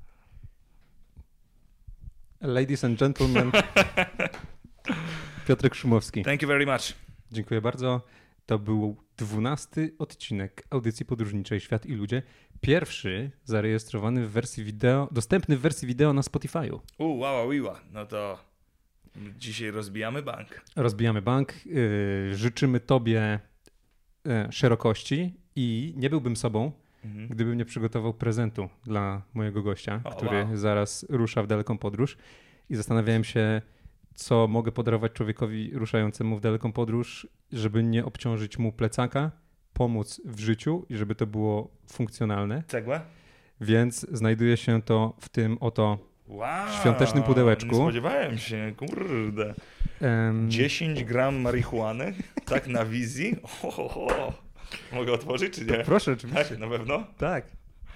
Ladies and gentlemen, Piotrek Szumowski. Thank you very much. Dziękuję bardzo. To był 12 odcinek audycji podróżniczej Świat i Ludzie. Pierwszy zarejestrowany w wersji wideo, dostępny w wersji wideo na Spotify'u. Wow. No to dzisiaj rozbijamy bank. Rozbijamy bank. Życzymy tobie szerokości i nie byłbym sobą, gdybym nie przygotował prezentu dla mojego gościa, który zaraz rusza w daleką podróż i zastanawiałem się, co mogę podarować człowiekowi ruszającemu w daleką podróż, żeby nie obciążyć mu plecaka, pomóc w życiu i żeby to było funkcjonalne. Cegłę? Więc znajduje się to w tym oto świątecznym pudełeczku. Nie spodziewałem się, kurde. 10 gram marihuany? Tak na wizji? Mogę otworzyć, czy nie? Proszę, oczywiście. Tak, na pewno? Tak.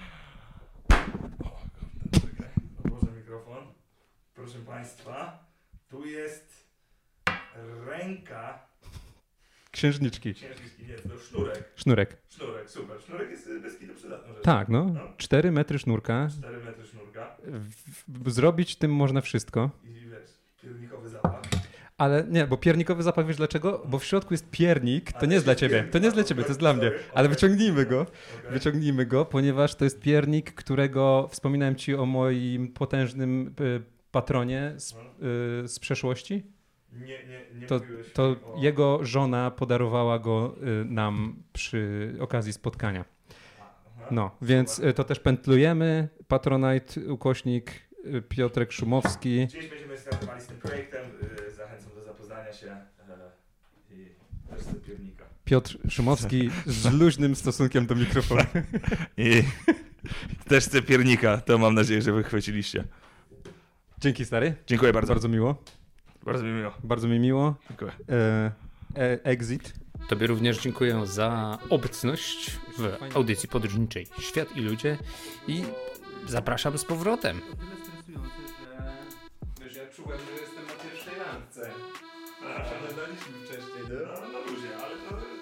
Otworzę mikrofon. Proszę Państwa, tu jest ręka... Księżniczki. Nie, to sznurek. Sznurek, super. Sznurek jest bez kitu przydatną rzeczą. Tak, no. 4 metry sznurka. 4 metry sznurka. Zrobić tym można wszystko. I wiesz, piernikowy zapach. Ale nie, bo piernikowy zapach, wiesz dlaczego? Bo w środku jest piernik, to nie jest dla ciebie, to jest dla mnie, ale wyciągnijmy go, ponieważ to jest piernik, którego wspominałem ci o moim potężnym patronie z przeszłości. Nie to jego żona podarowała go nam przy okazji spotkania. No, więc to też pętlujemy, Patronite, ukośnik Piotrek Szumowski. Dziś będziemy startowali z tym projektem. Zachęcam do zapoznania się i też z piernika. Piotr Szumowski z luźnym stosunkiem do mikrofonu. I też z piernika. To mam nadzieję, że wychwyciliście. Dzięki, stary. Dziękuję bardzo. Bardzo miło. Bardzo mi miło. Bardzo mi miło. Dziękuję. Exit. Tobie również dziękuję za obecność w audycji podróżniczej Świat i Ludzie i zapraszam z powrotem. To tyle stresujące, że ja czułem, że jestem na pierwszej randce. Ale daliśmy wcześniej. No ludzie, ale to...